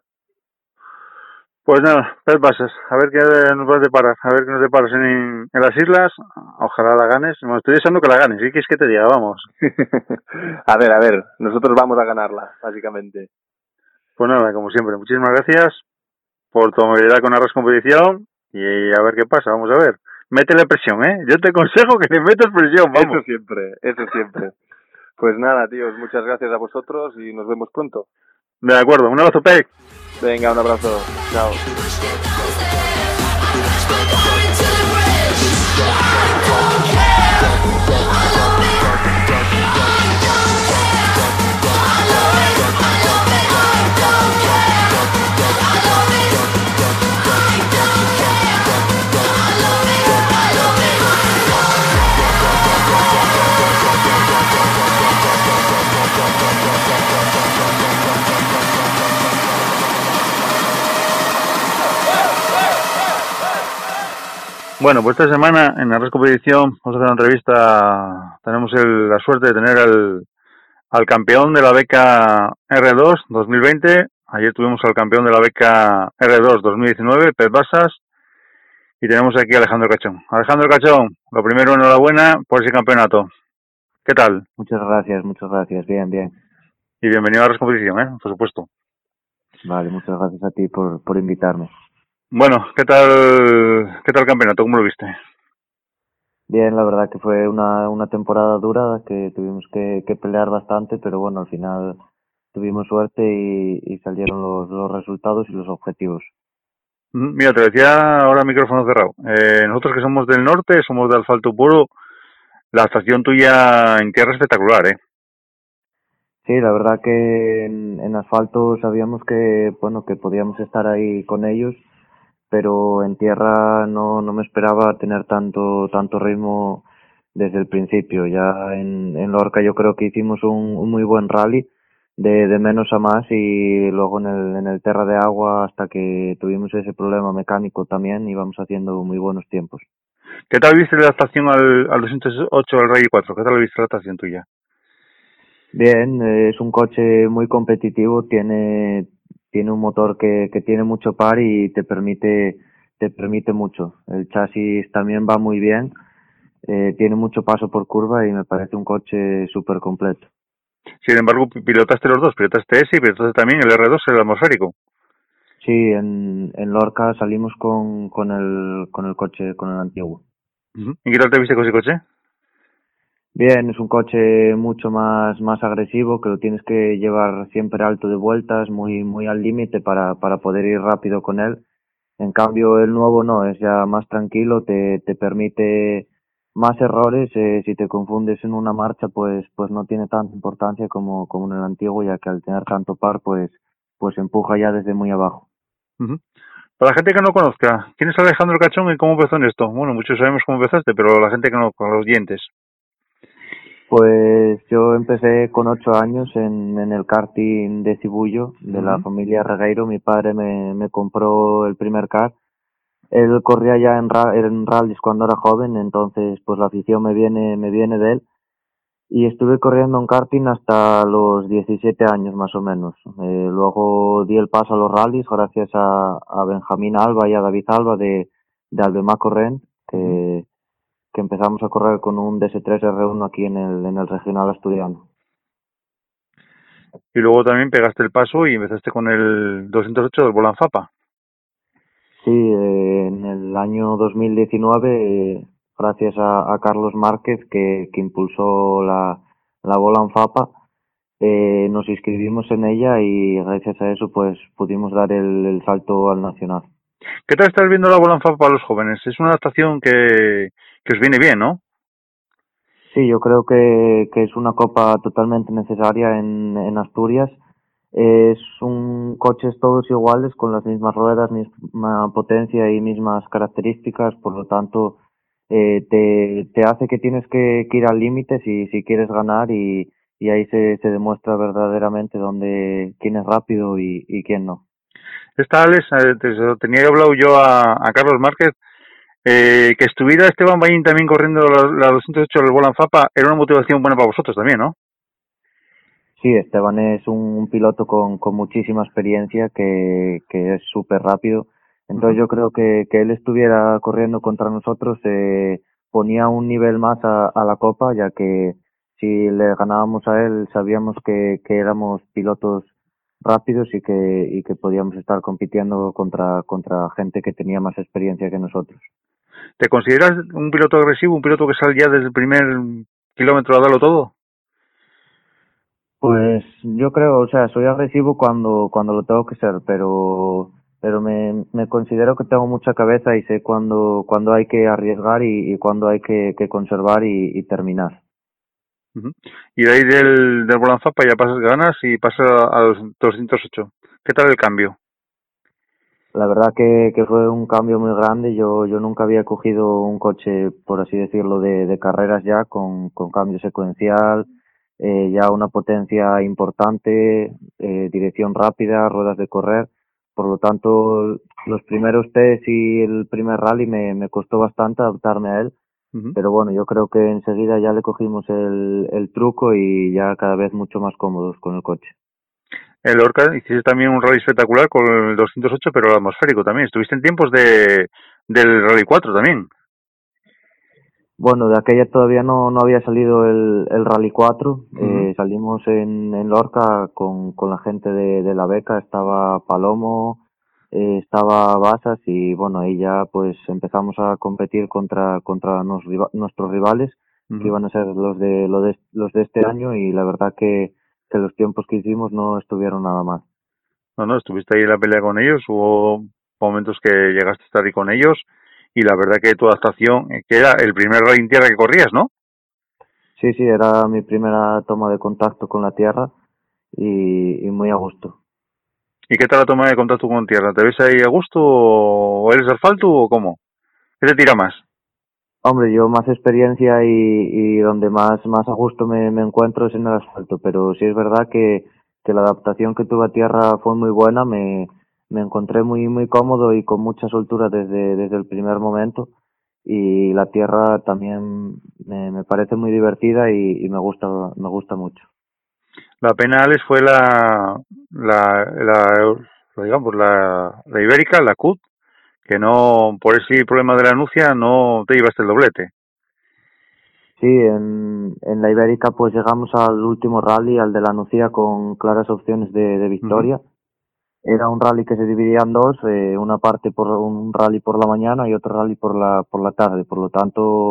Pues nada, Pep Basas, a ver qué nos vas a deparar, a ver qué nos deparas en, en las islas, ojalá la ganes, me estoy deseando que la ganes, ¿qué quieres que te diga? Vamos. a ver, a ver, nosotros vamos a ganarla, básicamente. Pues nada, como siempre, muchísimas gracias por tu amabilidad con Arras Competición y a ver qué pasa, vamos a ver. Métele presión, ¿eh? Yo te aconsejo que le metas presión, vamos. Eso siempre, eso siempre. Pues nada, tíos, muchas gracias a vosotros y nos vemos pronto. De acuerdo, un abrazo, Pep. Venga, un abrazo. Chao. Bueno, pues esta semana en la Red Competición vamos a hacer una entrevista. Tenemos el, la suerte de tener al, al campeón de la beca R dos dos mil veinte. Ayer tuvimos al campeón de la beca R dos dos mil diecinueve, Pep Basas. Y tenemos aquí a Alejandro Cachón. Alejandro Cachón, lo primero, enhorabuena por ese campeonato. ¿Qué tal? Muchas gracias, muchas gracias. Bien, bien. Y bienvenido a la Red Competición, ¿eh? Por supuesto. Vale, muchas gracias a ti por, por invitarme. Bueno, ¿qué tal qué tal el campeonato? ¿Cómo lo viste? Bien, la verdad que fue una, una temporada dura, que tuvimos que, que pelear bastante, pero bueno, al final tuvimos suerte y, y salieron los, los resultados y los objetivos. Mira, te decía ahora micrófono cerrado. Eh, nosotros que somos del norte, somos de asfalto puro, la estación tuya en tierra es espectacular, ¿eh? Sí, la verdad que en, en asfalto sabíamos que, bueno, que podíamos estar ahí con ellos, pero en tierra no, no me esperaba tener tanto tanto ritmo desde el principio. Ya en, en Lorca yo creo que hicimos un, un muy buen rally de, de menos a más y luego en el, en el Terra de Agua hasta que tuvimos ese problema mecánico también íbamos haciendo muy buenos tiempos. ¿Qué tal viste la adaptación al, al doscientos ocho al Rally cuatro? ¿Qué tal viste la adaptación tuya? Bien, eh, es un coche muy competitivo, tiene tiene un motor que, que tiene mucho par y te permite te permite mucho. El chasis también va muy bien, eh, tiene mucho paso por curva y me parece un coche súper completo. Sin embargo, pilotaste los dos, pilotaste ese y pilotaste también el R dos, el atmosférico. Sí, en, en Lorca salimos con, con el con el coche, con el antiguo. Uh-huh. ¿Y qué tal te viste con ese coche? Bien, es un coche mucho más, más agresivo, que lo tienes que llevar siempre alto de vueltas, muy, muy al límite para, para poder ir rápido con él. En cambio, el nuevo no, es ya más tranquilo, te, te permite más errores. Eh, si te confundes en una marcha, pues, pues no tiene tanta importancia como, como en el antiguo, ya que al tener tanto par, pues, pues empuja ya desde muy abajo. Uh-huh. Para la gente que no conozca, ¿quién es Alejandro Cachón y cómo empezó en esto? Bueno, muchos sabemos cómo empezaste, pero la gente que no, con los dientes. Pues yo empecé con ocho años en, en el karting de Cibullo, de uh-huh. la familia Regueiro. Mi padre me, me compró el primer kart. Él corría ya en, ra- en rallies cuando era joven, entonces pues la afición me viene, me viene de él. Y estuve corriendo en karting hasta los diecisiete años más o menos. Eh, luego di el paso a los rallies gracias a, a Benjamín Alba y a David Alba de, de Albemaco Rent, que, que empezamos a correr con un D S tres R uno aquí en el, en el regional asturiano. Y luego también pegaste el paso y empezaste con el doscientos ocho del Volant Fapa. Sí, eh, en el año dos mil diecinueve, eh, gracias a, a Carlos Márquez, que, que impulsó la, la Volant Fapa, eh, nos inscribimos en ella y gracias a eso pues pudimos dar el, el salto al nacional. ¿Qué tal estás viendo la Volant Fapa para los jóvenes? Es una adaptación que, que os viene bien, ¿no? Sí, yo creo que, que es una copa totalmente necesaria en, en Asturias. Es un coches todos iguales, con las mismas ruedas, misma potencia y mismas características, por lo tanto eh, te, te hace que tienes que, que ir al límite si, si quieres ganar, y, y ahí se, se demuestra verdaderamente dónde, quién es rápido y, y quién no. Esta Alex, eh, te, tenía hablado yo a, a Carlos Márquez, eh, que estuviera Esteban Ballín también corriendo la, la doscientos ocho del Volant Fapa, era una motivación buena para vosotros también, ¿no? Sí, Esteban es un piloto con, con muchísima experiencia, que, que es súper rápido. Entonces uh-huh. yo creo que, que él estuviera corriendo contra nosotros eh, ponía un nivel más a, a la Copa, ya que si le ganábamos a él sabíamos que, que éramos pilotos rápidos y que, y que podíamos estar compitiendo contra, contra gente que tenía más experiencia que nosotros. ¿Te consideras un piloto agresivo, un piloto que sale ya desde el primer kilómetro a darlo todo? Pues yo creo, o sea, soy agresivo cuando cuando lo tengo que ser, pero pero me, me considero que tengo mucha cabeza y sé cuándo cuando hay que arriesgar y, y cuándo hay que, que conservar y, y terminar. Uh-huh. Y de ahí del, del Volant Fapa ya pasas ganas y pasas a los doscientos ocho. ¿Qué tal el cambio? La verdad que, que fue un cambio muy grande. Yo yo nunca había cogido un coche, por así decirlo, de, de carreras ya, con, con cambio secuencial, eh, ya una potencia importante, eh, dirección rápida, ruedas de correr. Por lo tanto, los primeros test y el primer rally me, me costó bastante adaptarme a él. Uh-huh. Pero bueno, yo creo que enseguida ya le cogimos el, el truco y ya cada vez mucho más cómodos con el coche. En Lorca hiciste también un rally espectacular con el doscientos ocho, pero el atmosférico también. Estuviste en tiempos de del Rally cuatro también. Bueno, de aquella todavía no, no había salido el, el Rally cuatro. Uh-huh. Eh, salimos en, en Lorca con, con la gente de, de la beca. Estaba Palomo, eh, estaba Basas, y bueno, ahí ya pues empezamos a competir contra contra nos, nuestros rivales, uh-huh. que iban a ser los de, los de los de este año, y la verdad que, que los tiempos que hicimos no estuvieron nada mal. No, no, estuviste ahí en la pelea con ellos. Hubo momentos que llegaste a estar ahí con ellos. Y la verdad que tu adaptación, que era el primer rally en tierra que corrías, ¿no? Sí, sí, era mi primera toma de contacto con la tierra y, y muy a gusto. ¿Y qué tal la toma de contacto con tierra? ¿Te ves ahí a gusto o eres asfalto o cómo? ¿Qué te tira más? Hombre, yo más experiencia y, y donde más más a gusto me, me encuentro es en el asfalto, pero sí es verdad que, que la adaptación que tuve a tierra fue muy buena. Me, me encontré muy muy cómodo y con mucha soltura desde, desde el primer momento, y la tierra también me, me parece muy divertida y, y me gusta me gusta mucho. La pena, Alex, fue la la, la, la digamos la, la ibérica, la C U T, que no, por ese problema de la Nucia no te llevaste el doblete. Sí, en, en la ibérica pues llegamos al último rally, al de la Nucía, con claras opciones de, de victoria. Uh-huh. Era un rally que se dividía en dos, eh, una parte por un rally por la mañana y otro rally por la por la tarde. Por lo tanto,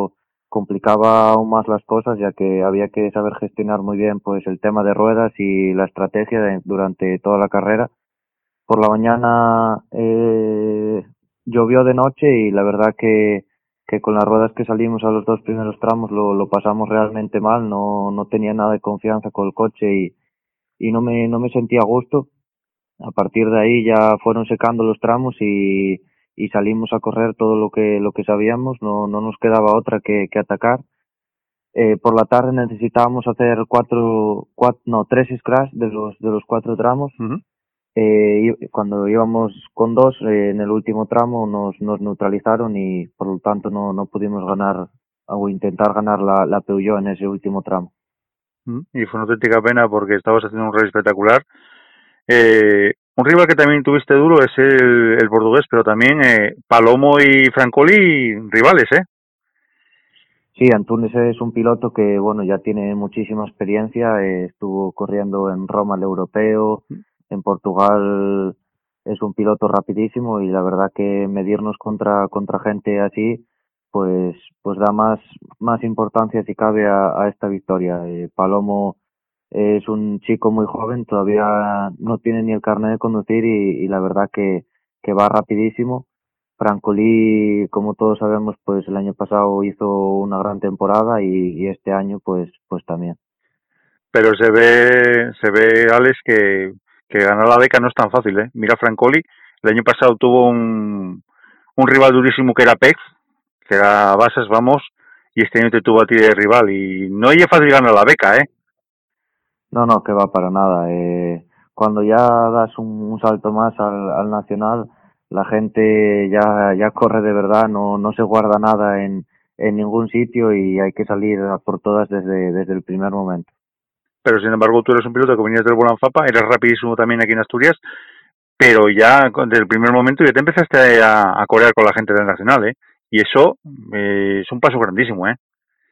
complicaba aún más las cosas, ya que había que saber gestionar muy bien pues el tema de ruedas y la estrategia de- durante toda la carrera. Por la mañana eh, llovió de noche y la verdad que, que con las ruedas que salimos a los dos primeros tramos lo, lo pasamos realmente mal, no, no tenía nada de confianza con el coche y, y no me, no me sentía a gusto. A partir de ahí ya fueron secando los tramos y, y salimos a correr todo lo que, lo que sabíamos, no, no nos quedaba otra que, que atacar. Eh, por la tarde necesitábamos hacer cuatro, cuatro, no, tres scratch de los, de los cuatro tramos. Ujú. Eh, y cuando íbamos con dos, eh, en el último tramo nos, nos neutralizaron y por lo tanto no, no pudimos ganar o intentar ganar la, la Peugeot en ese último tramo. Mm, Y fue una auténtica pena porque estabas haciendo un rally espectacular. Eh, un rival que también tuviste duro es el, el portugués, pero también eh, Palomo y Francoli, rivales, ¿eh? Sí, Antunes es un piloto que bueno ya tiene muchísima experiencia, eh, estuvo corriendo en Roma el europeo, en Portugal es un piloto rapidísimo y la verdad que medirnos contra contra gente así pues pues da más más importancia si cabe a, a esta victoria. Eh, Palomo es un chico muy joven, todavía no tiene ni el carnet de conducir y, y la verdad que que va rapidísimo. Francolí, como todos sabemos, pues el año pasado hizo una gran temporada y, y este año pues pues también. Pero se ve, se ve, Alex, que, que ganar la beca no es tan fácil, ¿eh? Mira Francoli, el año pasado tuvo un, un rival durísimo que era Pex, que era Basas, vamos, y este año te tuvo a ti de rival, y no es fácil ganar la beca, ¿eh? No, no, que va para nada. Eh, cuando ya das un, un salto más al, al nacional, la gente ya ya corre de verdad, no no se guarda nada en en ningún sitio y hay que salir a por todas desde desde el primer momento. Pero sin embargo tú eres un piloto que venías del Bolanfapa, eres rapidísimo también aquí en Asturias, pero ya con- desde el primer momento ya te empezaste a, a corear con la gente del Nacional, ¿eh? Y eso eh, es un paso grandísimo, ¿eh?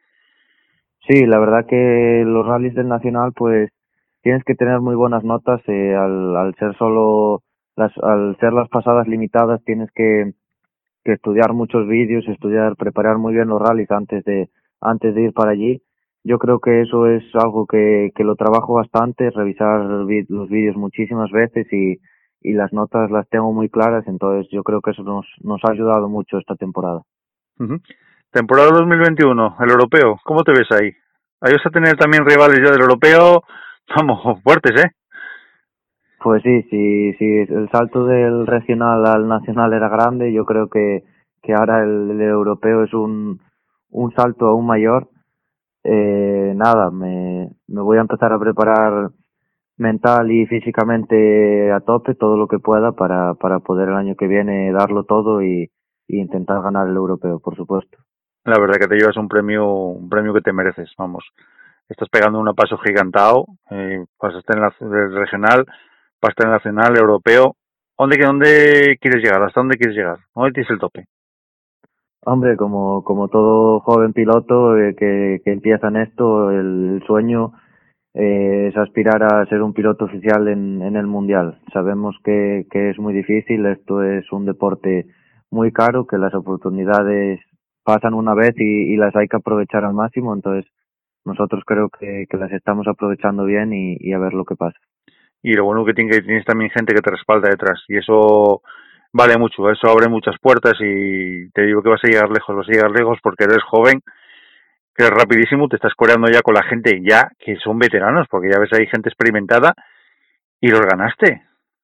Sí, la verdad que los rallies del Nacional, pues tienes que tener muy buenas notas. Eh, al, al ser solo las, al ser las pasadas limitadas, tienes que, que estudiar muchos vídeos, estudiar, preparar muy bien los rallies antes de antes de ir para allí. Yo creo que eso es algo que, que lo trabajo bastante, revisar vi- los vídeos muchísimas veces y, y las notas las tengo muy claras. Entonces yo creo que eso nos, nos ha ayudado mucho esta temporada. Ujú. Temporada dos mil veintiuno, el europeo, ¿cómo te ves ahí? Ahí vas a tener también rivales ya del europeo, vamos, fuertes, ¿eh? Pues sí, sí, sí, el salto del regional al nacional era grande, yo creo que, que ahora el, el europeo es un, un salto aún mayor. Eh, nada, me, me voy a empezar a preparar mental y físicamente a tope todo lo que pueda para, para poder el año que viene darlo todo y, y intentar ganar el europeo, por supuesto. La verdad que te llevas un premio, un premio que te mereces, vamos. Estás pegando un paso gigantado, eh, pasaste en la, del regional, pasaste en el nacional, europeo. ¿Dónde, ¿Dónde quieres llegar? ¿Hasta dónde quieres llegar? ¿Dónde tienes el tope? Hombre, como, como todo joven piloto eh, que, que empieza en esto, el, el sueño eh, es aspirar a ser un piloto oficial en, en el mundial. Sabemos que, que es muy difícil, esto es un deporte muy caro, que las oportunidades pasan una vez y, y las hay que aprovechar al máximo, entonces nosotros creo que, que las estamos aprovechando bien y, y a ver lo que pasa. Y lo bueno que tienes, que tienes también gente que te respalda detrás. Y eso vale mucho, eso abre muchas puertas y te digo que vas a llegar lejos, vas a llegar lejos porque eres joven, que eres rapidísimo, te estás coreando ya con la gente ya que son veteranos, porque ya ves hay gente experimentada y los ganaste.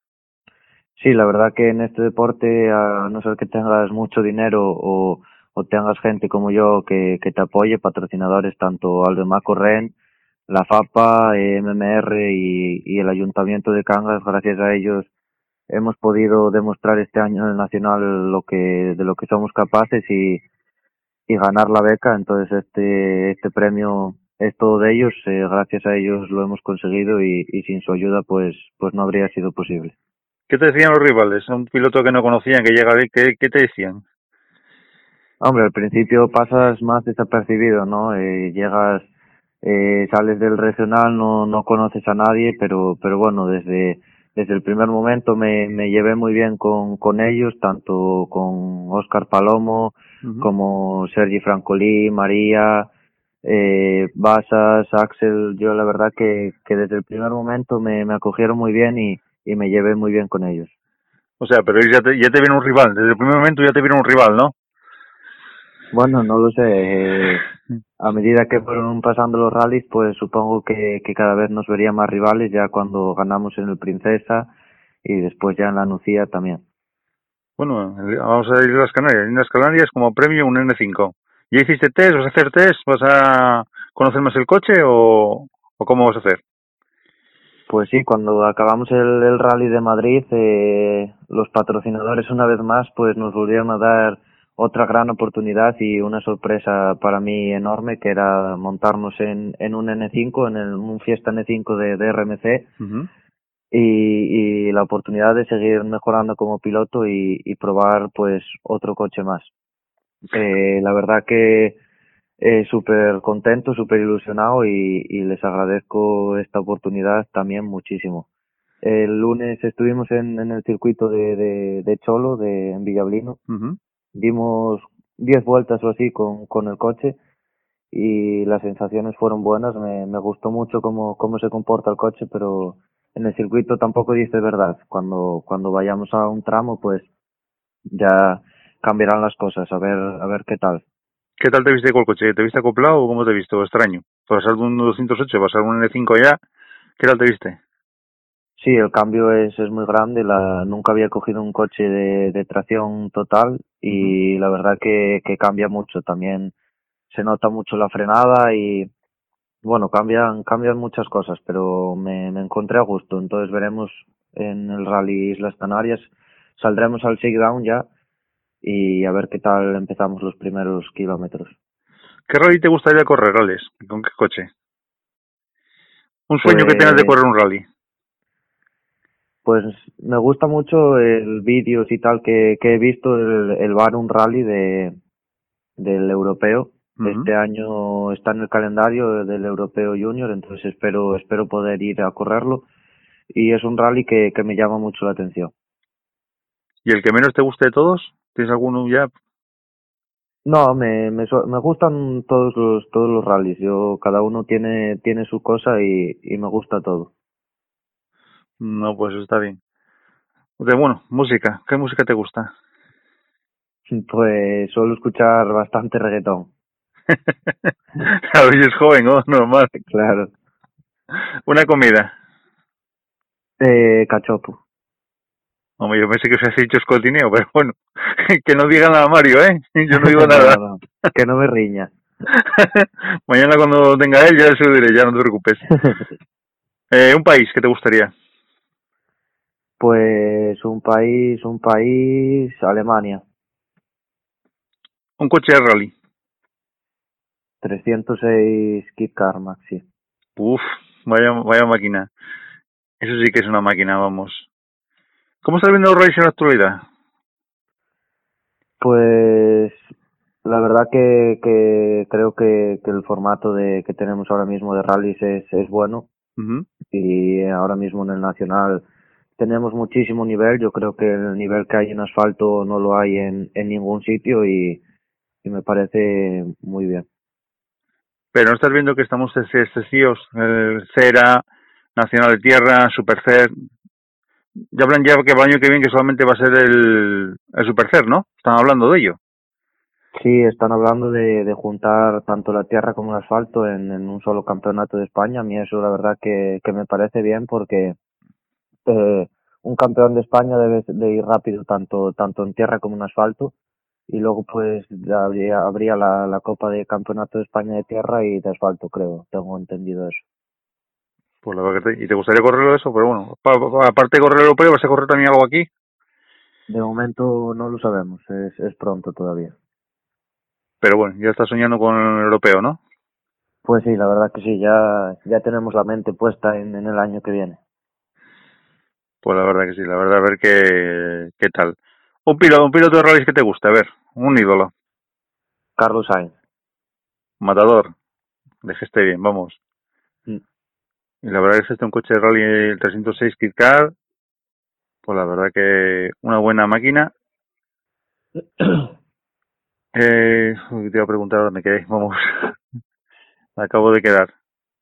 Sí, la verdad que en este deporte, a no ser que tengas mucho dinero o, o tengas gente como yo que, que te apoye, patrocinadores tanto Aldemaco Ren, la FAPA, eh, M M R y, y el Ayuntamiento de Cangas, gracias a ellos hemos podido demostrar este año en el Nacional lo que de lo que somos capaces y, y ganar la beca. Entonces este este premio es todo de ellos, eh, gracias a ellos lo hemos conseguido y, y sin su ayuda pues pues no habría sido posible. ¿Qué te decían los rivales? Un piloto que no conocían, que llega, ¿qué, qué te decían? Hombre, al principio pasas más desapercibido, ¿no? Eh, llegas, eh, sales del regional, no, no conoces a nadie, pero, pero bueno, desde, desde el primer momento me, me llevé muy bien con, con ellos, tanto con Óscar Palomo, uh-huh, como Sergi Francolí, María, eh, Basas, Axel. Yo la verdad que, que desde el primer momento me, me acogieron muy bien y, y me llevé muy bien con ellos. O sea, pero ya te, ya te viene un rival, desde el primer momento ya te viene un rival, ¿no? Bueno, no lo sé. Eh, a medida que fueron pasando los rallies, pues supongo que, que cada vez nos vería más rivales, ya cuando ganamos en el Princesa y después ya en la Nucía también. Bueno, vamos a ir a las Canarias. En las Canarias como premio un N cinco. ¿Ya hiciste test? ¿Vas a hacer test? ¿Vas a conocer más el coche o, o cómo vas a hacer? Pues sí, cuando acabamos el, el rally de Madrid, eh, los patrocinadores una vez más pues nos volvieron a dar otra gran oportunidad y una sorpresa para mí enorme, que era montarnos en, en un N cinco, en el, un Fiesta N cinco de, de R M C, uh-huh, y, y la oportunidad de seguir mejorando como piloto y, y probar pues otro coche más. Eh, la verdad que eh, súper contento, súper ilusionado y, y les agradezco esta oportunidad también muchísimo. El lunes estuvimos en, en el circuito de, de, de Cholo, de, en Villablino. Uh-huh. Dimos diez vueltas o así con, con el coche y las sensaciones fueron buenas. Me, me gustó mucho cómo, cómo se comporta el coche, pero en el circuito tampoco dice verdad. Cuando, cuando vayamos a un tramo, pues ya cambiarán las cosas, a ver, a ver qué tal. ¿Qué tal te viste con el coche? ¿Te viste acoplado o cómo te viste? ¿O extraño? Pasar de un doscientos ocho, pasar un N cinco ya, ¿qué tal te viste? Sí, el cambio es, es muy grande. La, nunca había cogido un coche de, de tracción total y uh-huh, la verdad que, que cambia mucho. También se nota mucho la frenada y bueno, cambian, cambian muchas cosas, pero me, me encontré a gusto. Entonces veremos en el Rally Islas Canarias. Saldremos al shakedown ya y a ver qué tal empezamos los primeros kilómetros. ¿Qué rally te gustaría correr, Alex? ¿Con qué coche? Un sueño Pues, que tengas de correr un rally. Pues me gusta mucho el vídeos y tal que, que he visto, el, el Barun Rally de, del europeo. Uh-huh. Este año está en el calendario del europeo junior, entonces espero, espero poder ir a correrlo. Y es un rally que, que me llama mucho la atención. ¿Y el que menos te guste de todos? ¿Tienes alguno ya? No, me, me, me gustan todos los, todos los rallies. Yo, cada uno tiene, tiene su cosa y, y me gusta todo. No, pues está bien. De, bueno, música. ¿Qué música te gusta? Pues suelo escuchar bastante reggaetón. A ver, es joven, ¿no? Normal. Claro. Una comida. Eh, cachopo. Hombre, yo pensé que os has dicho escotineo, pero bueno, que no diga nada Mario, ¿eh? Yo no digo nada. No, no, que no me riña. Mañana cuando tenga él ya se lo diré, ya no te preocupes. eh, ¿Un país que te gustaría? Pues un país, un país, Alemania. Un coche de rally. trescientos seis Kit Car Maxi. Uf, vaya, vaya máquina. Eso sí que es una máquina, vamos. ¿Cómo estás viendo los rallies en la actualidad? Pues la verdad que, que creo que, que el formato de que tenemos ahora mismo de rallies es, es bueno. Uh-huh. Y ahora mismo en el nacional tenemos muchísimo nivel. Yo creo que el nivel que hay en asfalto no lo hay en, en ningún sitio y, y me parece muy bien. Pero no estás viendo que estamos excesivos, el Cera, Nacional de Tierra, Supercer. Ya hablan ya que el año que viene que solamente va a ser el, el Supercer, ¿no? Están hablando de ello. Sí, están hablando de, de juntar tanto la tierra como el asfalto en, en un solo campeonato de España. A mí eso la verdad que, que me parece bien porque eh, un campeón de España debe de ir rápido tanto tanto en tierra como en asfalto y luego pues habría, habría la, la Copa de Campeonato de España de tierra y de asfalto, creo, tengo entendido eso. Pues la verdad que te, y te gustaría correrlo eso, pero bueno, pa, pa, aparte de correr el europeo, ¿vas a correr también algo aquí? De momento no lo sabemos, es, es pronto todavía. Pero bueno, ya estás soñando con el europeo, ¿no? Pues sí, la verdad que sí, ya, ya tenemos la mente puesta en, en el año que viene. Pues la verdad que sí, la verdad, a ver qué, qué tal. Un piloto, un piloto de rallies que te guste, a ver, un ídolo. Carlos Sainz. Matador, dejaste bien, vamos. Mm. Y la verdad es que este es un coche de rally, el trescientos seis Kit Car, Pues la verdad que una buena máquina. Eh, uy, te iba a preguntar dónde quedé, vamos. Me acabo de quedar.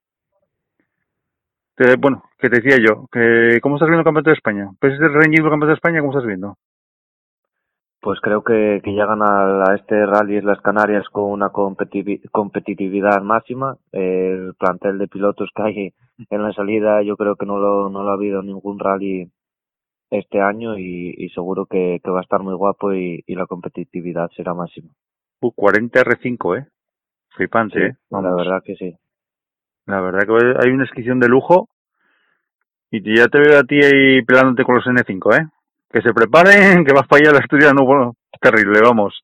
Eh, bueno, que te decía yo, que ¿cómo estás viendo el Campeonato de España? ¿Ves este reñido el Campeonato de España? ¿Cómo estás viendo? Pues creo que, que llegan a, a este Rally Islas Canarias con una competivi- competitividad máxima. El plantel de pilotos que hay en la salida yo creo que no lo, no lo ha habido en ningún rally este año y, y seguro que, que va a estar muy guapo y, y la competitividad será máxima. Uh, cuarenta R cinco, ¿eh? Flipante, Sí, ¿eh? Vamos. la verdad que sí. La verdad que hay una inscripción de lujo y ya te veo a ti ahí pelándote con los N cinco, ¿eh? Que se preparen, que vas para allá a la Asturiano, bueno, terrible, vamos.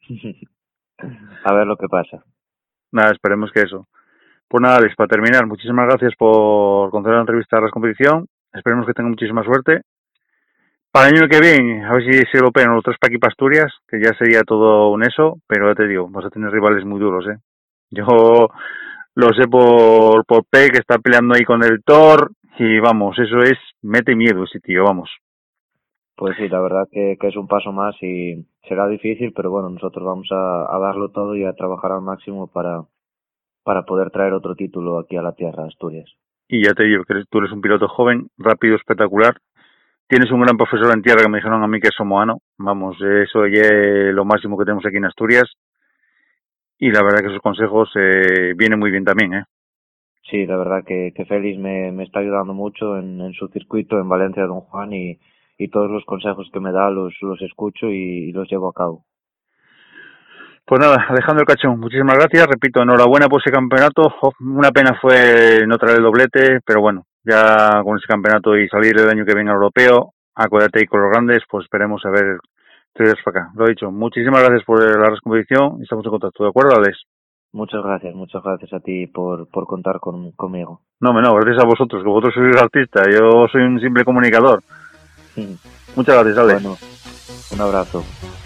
A ver lo que pasa. Nada, esperemos que eso. Pues nada, Alex, para terminar, muchísimas gracias por conceder la entrevista a la competición. Esperemos que tenga muchísima suerte. Para el año que viene, a ver si se lo pegan los tres para aquí para Asturias, que ya sería todo un eso, pero ya te digo, vas a tener rivales muy duros, ¿eh? Yo lo sé por, por P, que está peleando ahí con el Thor, y vamos, eso es, mete miedo ese tío, vamos. Pues sí, la verdad que, que es un paso más y será difícil, pero bueno, nosotros vamos a, a darlo todo y a trabajar al máximo para, para poder traer otro título aquí a la tierra, a Asturias. Y ya te digo que tú eres un piloto joven, rápido, espectacular. Tienes un gran profesor en tierra que me dijeron a mí que es Somoano. Vamos, eso ya es lo máximo que tenemos aquí en Asturias. Y la verdad que esos consejos eh, vienen muy bien también, ¿eh? Sí, la verdad que, que Félix me, me está ayudando mucho en, en su circuito en Valencia Don Juan y, y todos los consejos que me da los, los escucho y, y los llevo a cabo. Pues nada, Alejandro Cachón, muchísimas gracias. Repito, enhorabuena por ese campeonato. Una pena fue no traer el doblete, pero bueno, ya con ese campeonato y salir el año que viene al europeo, acuérdate ahí con los grandes, pues esperemos a ver tres días para acá. Lo he dicho, muchísimas gracias por la competición y estamos en contacto, ¿de acuerdo, Alex? Muchas gracias, muchas gracias a ti por, por contar con, conmigo. No, no, gracias a vosotros, que vosotros sois artistas, yo soy un simple comunicador. Muchas gracias, Alex. Bueno, un abrazo.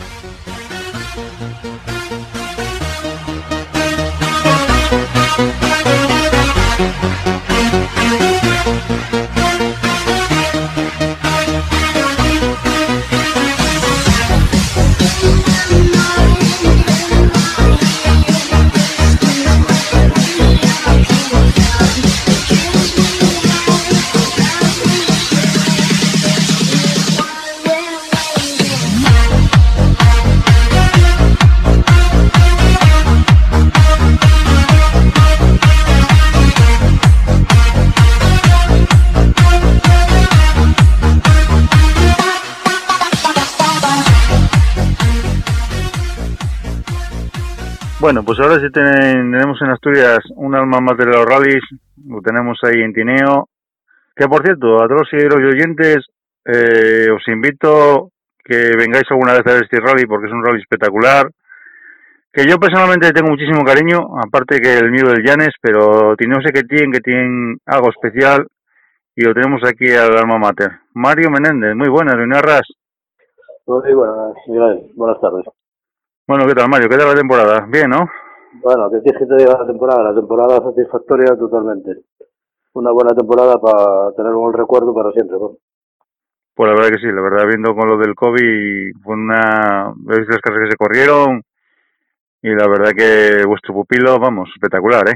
Bueno, pues ahora sí ten, tenemos en Asturias un alma más de los rallies, lo tenemos ahí en Tineo, que por cierto, a todos los oyentes eh, os invito que vengáis alguna vez a ver este rally porque es un rally espectacular, que yo personalmente tengo muchísimo cariño, aparte que el mío del Llanes, pero Tineo sé que tienen, que tienen algo especial y lo tenemos aquí al alma mater. Mario Menéndez, muy buenas, Ras. Muy buenas, buenas tardes. Bueno, ¿qué tal, Mario? ¿Qué tal la temporada? Bien, ¿no? Bueno, ¿qué quieres que te diga la temporada? La temporada satisfactoria totalmente. Una buena temporada para tener un recuerdo para siempre, ¿no? Pues la verdad que sí, la verdad, viendo con lo del COVID, fue una... He visto las carreras que se corrieron y la verdad que vuestro pupilo, vamos, espectacular, ¿eh?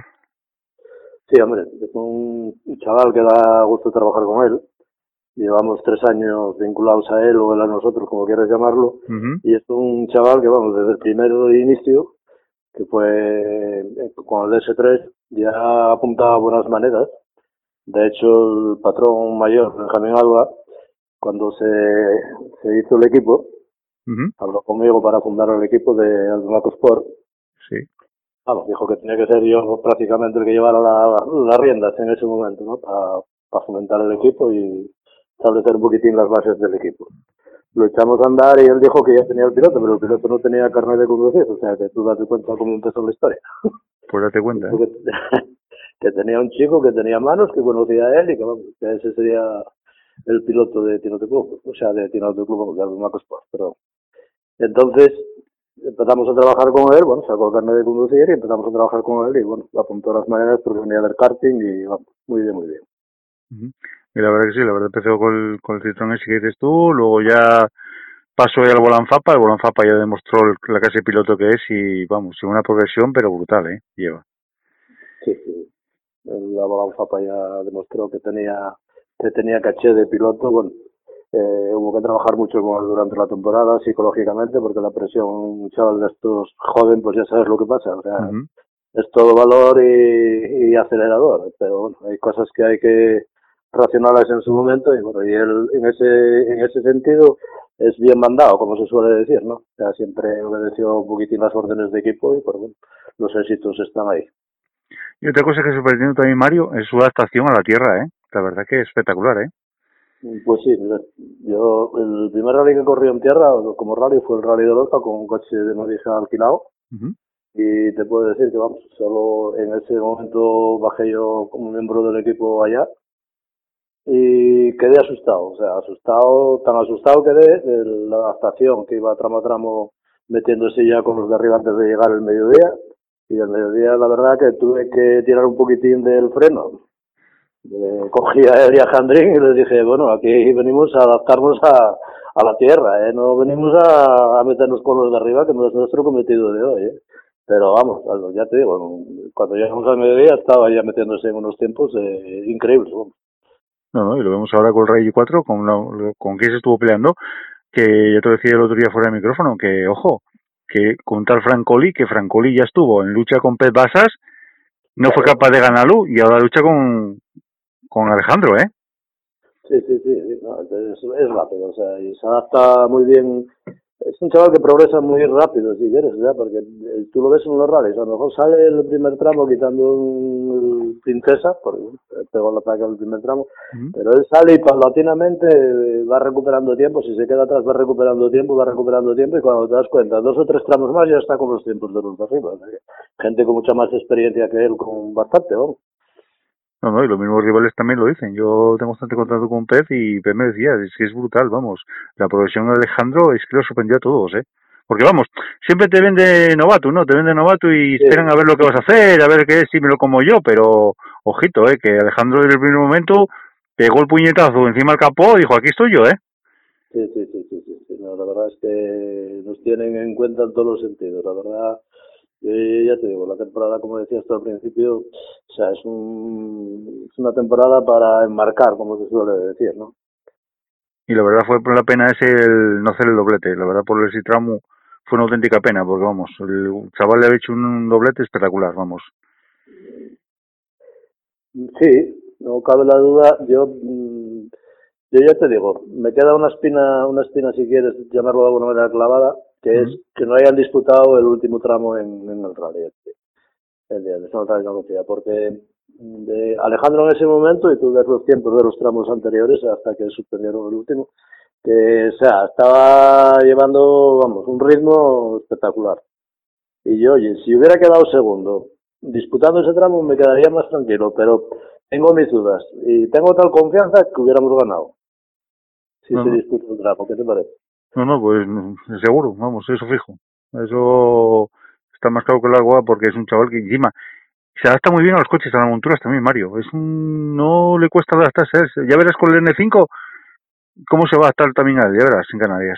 Sí, hombre, es un chaval que da gusto trabajar con él. Llevamos tres años vinculados a él o él a nosotros, como quieras llamarlo, uh-huh. Y es un chaval que, vamos, desde el primer inicio, que fue con el D S tres, ya apuntaba buenas maneras. De hecho, el patrón mayor, Benjamín Alba, cuando se, se hizo el equipo, uh-huh. Habló conmigo para fundar el equipo de Aldonaco Sport. Sí. Vamos, dijo que tenía que ser yo prácticamente el que llevara las la riendas en ese momento, ¿no? Para pa fomentar el equipo y establecer un poquitín las bases del equipo. Lo echamos a andar y él dijo que ya tenía el piloto, pero el piloto no tenía carnet de conducir, o sea que tú date cuenta cómo empezó la historia. Pues date cuenta, ¿eh? Que tenía un chico que tenía manos, que conocía a él y que, vamos, que ese sería el piloto de Tino Club, o sea, de Tino Club, de Aldonaco Sport, pero entonces empezamos a trabajar con él, bueno, sacó el carnet de conducir y empezamos a trabajar con él y bueno, apuntó las maneras porque venía del karting y vamos, muy bien, muy bien. Y la verdad que sí, la verdad empezó con el, con el Citroën ese que dices tú, luego ya pasó ya al Volanfapa, el Volanfapa ya demostró el, la clase de piloto que es y vamos, una progresión pero brutal, ¿eh? Lleva. Sí, sí. La Volanfapa ya demostró que tenía, que tenía caché de piloto, bueno. Eh, hubo que trabajar mucho con él durante la temporada psicológicamente porque la presión, un chaval de estos joven, pues ya sabes lo que pasa, o sea, uh-huh. es todo valor y, y acelerador, pero bueno, hay cosas que hay que racionarlas en su momento y bueno, y él en ese, en ese sentido es bien mandado, como se suele decir, ¿no? O sea, siempre obedeció un poquitín las órdenes de equipo y pues bueno, los éxitos están ahí. Y otra cosa que sorprendió también Mario es su adaptación a la tierra, ¿eh? La verdad que es espectacular, ¿eh? Pues sí, mira, yo el primer rally que corrí en tierra como rally fue el Rally de Lorca con un coche de Norija alquilado uh-huh. y te puedo decir que vamos, solo en ese momento bajé yo como miembro del equipo allá y quedé asustado, o sea, asustado, tan asustado quedé de la adaptación que iba tramo a tramo metiéndose ya con los de arriba antes de llegar el mediodía y el mediodía la verdad que tuve que tirar un poquitín del freno. Eh, cogí a él y a Jandrín y les dije, bueno, aquí venimos a adaptarnos a, a la tierra, ¿eh? No venimos a, a meternos con los de arriba, que no es nuestro cometido de hoy, ¿eh? Pero vamos, ya te digo, cuando llegamos al mediodía estaba ya metiéndose en unos tiempos eh, increíbles. Vamos. No, no, y lo vemos ahora con el Rally cuatro, con, la, con quien se estuvo peleando, que ya te decía el otro día fuera de micrófono, que ojo, que con tal Francoli, que Francoli ya estuvo en lucha con Pez Basas, no fue capaz de ganarlo y ahora lucha con con Alejandro, ¿eh? Sí, sí, sí, no, es, es rápido, o sea, y se adapta muy bien. Es un chaval que progresa muy rápido, si quieres, ¿ya? Porque tú lo ves en los rallies, a lo mejor sale el primer tramo quitando un princesa, porque pegó el ataque al primer tramo, uh-huh. pero él sale y paulatinamente va recuperando tiempo, si se queda atrás va recuperando tiempo, va recuperando tiempo, y cuando te das cuenta, dos o tres tramos más ya está con los tiempos de los de arriba. O sea, gente con mucha más experiencia que él, con bastante, vamos. No, no, y los mismos rivales también lo dicen. Yo tengo bastante contacto con Pez y Pez me decía, es que es brutal, vamos. La progresión de Alejandro es que lo sorprendió a todos, ¿eh? Porque vamos, siempre te vende novato, ¿no? Te vende novato y sí. esperan a ver lo que vas a hacer, a ver qué es, si me lo como yo, pero ojito, ¿eh? Que Alejandro desde el primer momento pegó el puñetazo encima del capó y dijo, aquí estoy yo, ¿eh? Sí, sí, sí, sí, sí, sí. No, la verdad es que nos tienen en cuenta en todos los sentidos, la verdad. Y ya te digo, la temporada, como decías tú al principio, o sea, es, un, es una temporada para enmarcar, como se suele decir, ¿no? Y la verdad fue por la pena ese el no hacer el doblete, la verdad por ese tramo fue una auténtica pena, porque vamos, el chaval le ha hecho un doblete espectacular, vamos. Sí, no cabe la duda, yo, yo ya te digo, me queda una espina, una espina si quieres llamarlo de alguna manera clavada, que uh-huh. es que no hayan disputado el último tramo en, en el rally este, el día de San Rally Andalucía, porque de Alejandro en ese momento, y tú ves los tiempos de los tramos anteriores hasta que suspendieron el último, que o sea, estaba llevando, vamos, un ritmo espectacular. Y yo, oye, si hubiera quedado segundo disputando ese tramo me quedaría más tranquilo, pero tengo mis dudas y tengo tal confianza que hubiéramos ganado si uh-huh. se disputa el tramo. ¿Qué te parece? No, no, pues seguro, vamos, eso fijo. Eso está más claro que el agua porque es un chaval que encima se adapta muy bien a los coches, a las monturas también, Mario. Es un, no le cuesta adaptarse. Ya verás con el N cinco cómo se va a adaptar también a él, ya verás, en Canarias.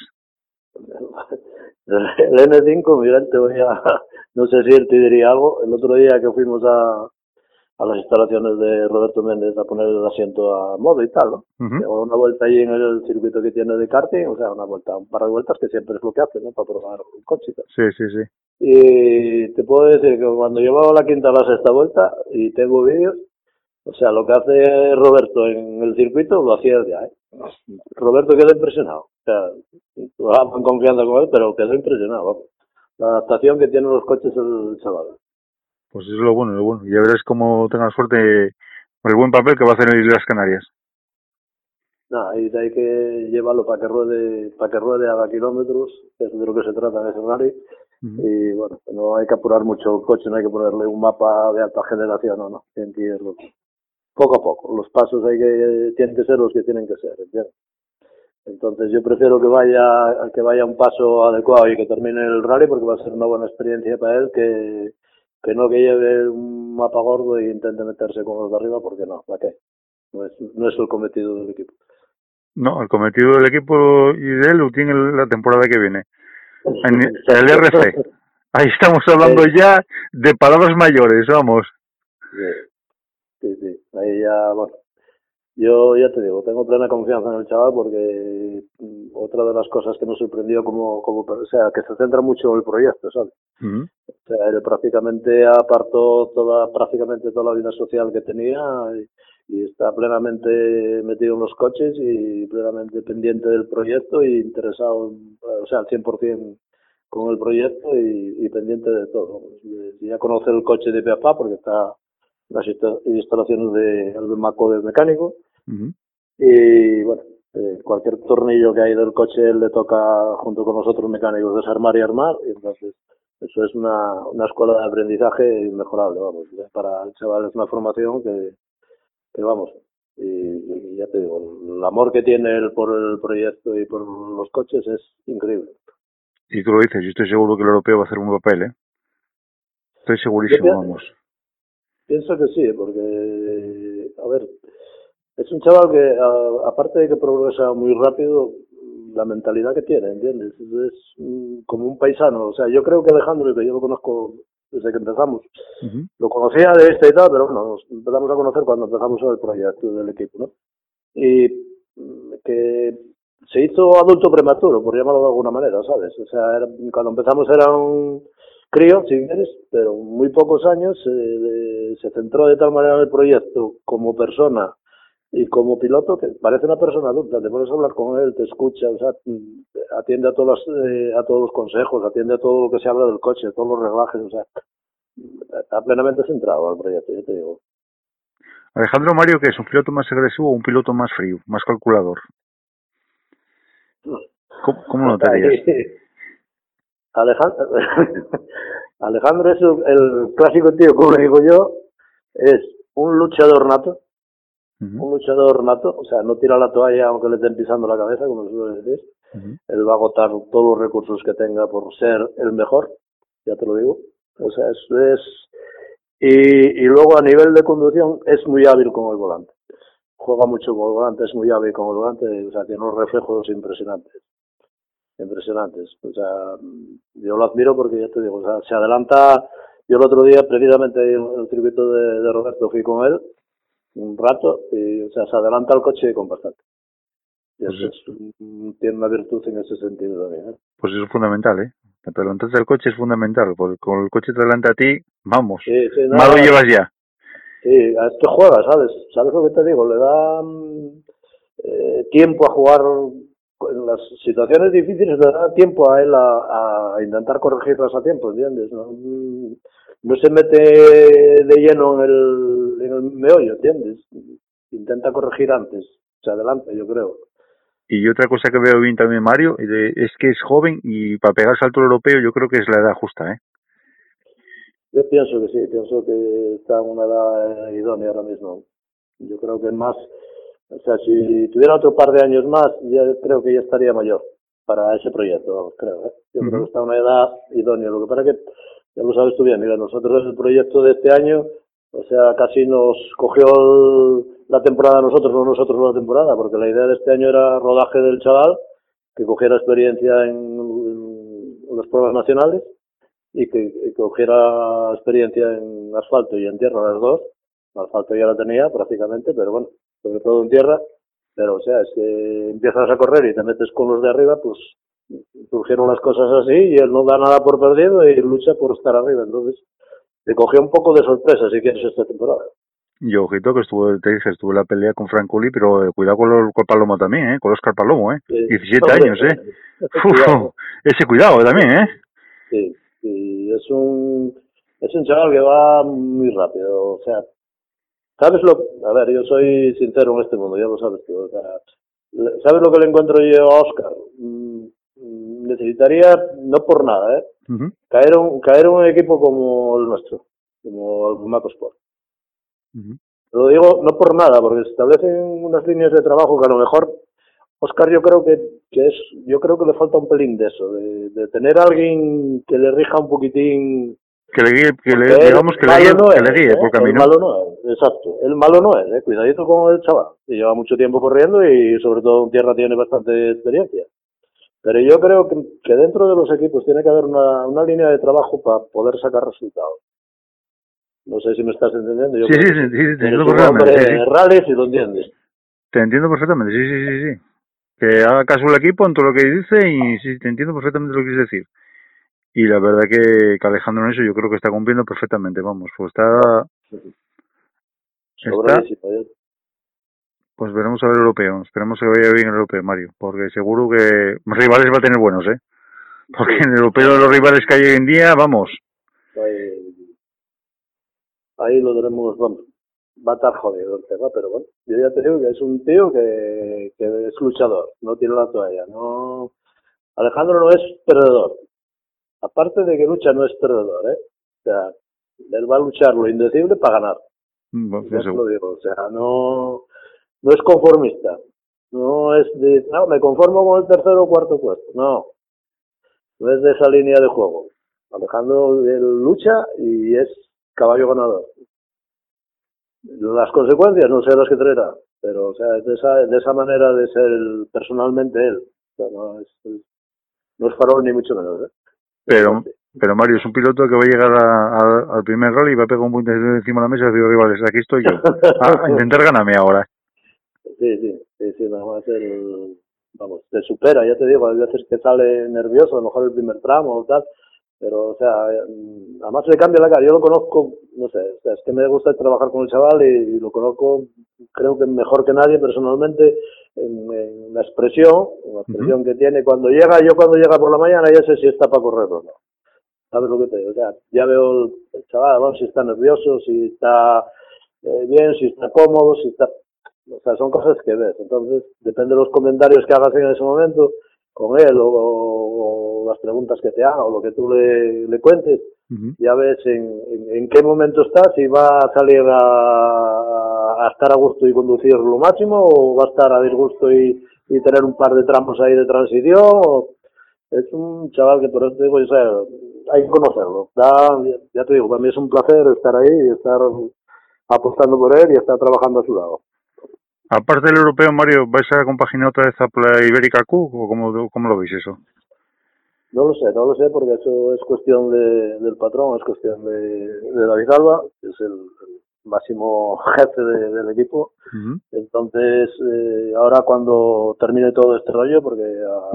El N cinco, mira, te voy a, no sé si él te diría algo. El otro día que fuimos a, a las instalaciones de Roberto Méndez a poner el asiento a modo y tal, ¿no? Uh-huh. Una vuelta allí en el circuito que tiene de karting, o sea, una vuelta, un par de vueltas que siempre es lo que hace, ¿no? Para probar un coche y tal. Sí, sí, sí. Y te puedo decir que cuando llevaba la quinta a la sexta vuelta, y tengo vídeos, o sea, lo que hace Roberto en el circuito lo hacía ya, ¿eh? Roberto quedó impresionado. O sea, en confianza con él, pero quedó impresionado. Vamos. La adaptación que tienen los coches el chaval. Pues eso es lo bueno, lo bueno. Ya verás cómo tenga suerte el buen papel que va a hacer en Islas Canarias. No, ahí hay que llevarlo para que ruede, para que ruede haga kilómetros, que es de lo que se trata en ese rally. Uh-huh. Y bueno, no hay que apurar mucho el coche, no hay que ponerle un mapa de alta generación, no, no. Tienen que irlo poco a poco. Los pasos hay que, tienen que ser los que tienen que ser, ¿entiendes? Entonces yo prefiero que vaya, que vaya un paso adecuado y que termine el rally porque va a ser una buena experiencia para él que, que no que lleve un mapa gordo e intente meterse con los de arriba porque no, ¿para qué? no es, no es el cometido del equipo. No, el cometido del equipo y de él lo tiene la temporada que viene. En el R C. Ahí estamos hablando sí. ya de palabras mayores, vamos. Sí, sí, sí. Ahí ya, bueno. Yo ya te digo, tengo plena confianza en el chaval porque mm, otra de las cosas que nos sorprendió como, como, o sea, que se centra mucho en el proyecto, ¿sabes? Uh-huh. O sea, él prácticamente apartó toda, prácticamente toda la vida social que tenía y, y está plenamente metido en los coches y plenamente pendiente del proyecto y interesado, o sea, al cien por ciento con el proyecto y, y pendiente de todo. Ya conoce el coche de Piapá porque está las instalaciones de Albemaco de mecánico. Uh-huh. Y bueno, eh, cualquier tornillo que hay del coche él le toca junto con los otros mecánicos desarmar y armar, y entonces eso es una, una escuela de aprendizaje inmejorable, vamos. Para el chaval es una formación que, que vamos, y, y ya te digo, el amor que tiene él por el proyecto y por los coches es increíble. Y tú lo dices, yo estoy seguro que el europeo va a hacer un papel, ¿eh? Estoy segurísimo, Yo vamos. Pienso que sí, porque, a ver, es un chaval que, a, aparte de que progresa muy rápido, la mentalidad que tiene, ¿entiendes? Es, es mm, como un paisano. O sea, yo creo que Alejandro, que yo lo conozco desde que empezamos, uh-huh. lo conocía de vista y tal, pero bueno, nos empezamos a conocer cuando empezamos el proyecto del equipo, ¿no? Y que se hizo adulto prematuro, por llamarlo de alguna manera, ¿sabes? O sea, era, cuando empezamos era un crío, si quieres, pero muy pocos años eh, se centró de tal manera en el proyecto como persona y como piloto que parece una persona adulta. Te pones a hablar con él, te escucha, o sea, atiende a todos los, eh, a todos los consejos, atiende a todo lo que se habla del coche, a todos los reglajes, o sea, está plenamente centrado al proyecto, yo te digo. Alejandro Mario, ¿qué es? ¿Un piloto más agresivo o un piloto más frío, más calculador? ¿Cómo, cómo lo notarías? Alejandro, Alejandro es el, el clásico tío, como le digo yo, es un luchador nato, uh-huh. un luchador nato, o sea, no tira la toalla aunque le estén pisando la cabeza, como se suele decir. Uh-huh. Él va a agotar todos los recursos que tenga por ser el mejor, ya te lo digo. O sea, eso es... Y, y luego a nivel de conducción es muy hábil con el volante. Juega mucho con el volante, es muy hábil con el volante, o sea, tiene unos reflejos impresionantes. Impresionantes. O sea, yo lo admiro porque ya te digo, o sea, se adelanta. Yo el otro día, precisamente en el circuito de, de Roberto, fui con él un rato y, o sea, se adelanta el coche con bastante. Y eso pues es, tiene una virtud en ese sentido también, ¿eh? Pues eso es fundamental, ¿eh? Adelantarse al coche es fundamental, porque con el coche te adelanta a ti, vamos, sí, sí, no, más lo llevas ya. Sí, a esto juega, ¿sabes? ¿Sabes lo que te digo? Le da eh, tiempo a jugar. En las situaciones difíciles le da tiempo a él a, a intentar corregirlas a tiempo, ¿entiendes? No, no se mete de lleno en el, en el meollo, ¿entiendes? Intenta corregir antes, se adelanta, yo creo. Y otra cosa que veo bien también, Mario, es que es joven y para pegar salto europeo yo creo que es la edad justa, ¿eh? Yo pienso que sí, pienso que está en una edad idónea ahora mismo. Yo creo que más... O sea, si tuviera otro par de años más, ya creo que ya estaría mayor para ese proyecto, vamos, creo, ¿eh? Yo uh-huh. creo que está en una edad idónea. Lo que pasa es que, ya lo sabes tú bien, mira, nosotros el proyecto de este año, o sea, casi nos cogió el, la temporada a nosotros, no nosotros la temporada, porque la idea de este año era rodaje del chaval, que cogiera experiencia en, en las pruebas nacionales y que, que cogiera experiencia en asfalto y en tierra, las dos. Asfalto ya la tenía prácticamente, pero bueno, sobre todo en tierra, pero o sea, es que empiezas a correr y te metes con los de arriba, pues surgieron las cosas así y él no da nada por perdido y lucha por estar arriba, entonces te cogió un poco de sorpresa si quieres esta temporada. Y ojito que estuvo, te dije, estuvo en la pelea con Francoli, pero eh, cuidado con, los, con Palomo también, ¿eh? Con Oscar Palomo, ¿eh? Sí. diecisiete hombre, años, ¿eh? Uf, ese cuidado también, ¿eh? Sí, sí, es un, es un chaval que va muy rápido, o sea, ¿sabes lo? A ver, yo soy sincero en este mundo, ya lo sabes tú. O sea, ¿sabes lo que le encuentro yo a Oscar? Mm, necesitaría, no por nada, ¿eh? Uh-huh. Caer, un, caer en un equipo como el nuestro, como el Maco Sport. Uh-huh. Lo digo no por nada, porque se establecen unas líneas de trabajo que a lo mejor Oscar yo creo que, que es, yo creo que le falta un pelín de eso, de, de tener a alguien que le rija un poquitín que le guíe, que le, Porque digamos que le malo guíe, no que es, le guíe ¿eh? por El camino. malo no es, exacto. El malo no es, ¿eh? Cuidadito con el chaval. Y lleva mucho tiempo corriendo y sobre todo en tierra tiene bastante experiencia. Pero yo creo que, que dentro de los equipos tiene que haber una, una línea de trabajo para poder sacar resultados. No sé si me estás entendiendo. Yo Sí, creo sí, que sí, sí, te eres entiendo un perfectamente. hombre Sí, sí. de rallies y lo entiendes. Te entiendo perfectamente, sí, sí, sí, sí. Que haga caso al equipo en todo lo que dice y sí, te entiendo perfectamente lo que quieres decir. Y la verdad que, que Alejandro en eso yo creo que está cumpliendo perfectamente, vamos, pues está, está, Sobradísimo. ¿eh? pues veremos a ver el europeo, esperemos que vaya bien el europeo, Mario, porque seguro que rivales va a tener buenos, ¿eh? Porque en el europeo los rivales que hay hoy en día, vamos. Ahí, ahí lo tenemos, vamos, va a estar jodido el tema, pero bueno, yo ya te digo que es un tío que, que es luchador, no tiene la toalla, no... Alejandro no es perdedor, aparte de que lucha no es perdedor, ¿eh? O sea, él va a luchar lo indecible para ganar, Bueno, ya te eso. lo digo, o sea, no, no es conformista, no es de, no, me conformo con el tercero o cuarto puesto, no, no es de esa línea de juego. Alejandro él lucha y es caballo ganador. Las consecuencias no sé las que traerá, pero o sea, es de esa, de esa manera de ser el, personalmente él. O sea, no es, no es farol ni mucho menos, ¿eh? Pero, pero Mario es un piloto que va a llegar a, a, al primer rally y va a pegar un puñetazo encima de la mesa y decir, rivales, aquí estoy yo. A, a intentar ganarme ahora. Sí, sí, sí, sí, nada más el, vamos, te supera, ya te digo, hay veces que sale nervioso, a lo mejor el primer tramo o tal, pero, o sea, además le cambia la cara, yo lo conozco, no sé, o sea, es que me gusta trabajar con el chaval y, y lo conozco, creo que mejor que nadie personalmente, en, en la expresión, en la expresión uh-huh. que tiene cuando llega, yo cuando llega por la mañana ya sé si está para correr o no. ¿Sabes lo que te digo? O sea, ya veo el chaval, bueno, si está nervioso, si está eh, bien, si está cómodo, si está... O sea, son cosas que ves. Entonces, depende de los comentarios que hagas en ese momento con él o, o, o las preguntas que te haga o lo que tú le, le cuentes, uh-huh. ya ves en, en, en qué momento está, si va a salir a, a estar a gusto y conducir lo máximo o va a estar a disgusto y, y tener un par de tramos ahí de transición. O, es un chaval que por eso te digo, o sea, hay que conocerlo. Da, ya te digo, para mí es un placer estar ahí y estar apostando por él y estar trabajando a su lado. Aparte del europeo, Mario, ¿vais a compaginar otra vez a la Ibérica Q o cómo, cómo lo veis eso? No lo sé, no lo sé porque eso es cuestión de, del patrón, es cuestión de, de David Alba, que es el, el máximo jefe de, del equipo. Uh-huh. Entonces, eh, ahora cuando termine todo este rollo, porque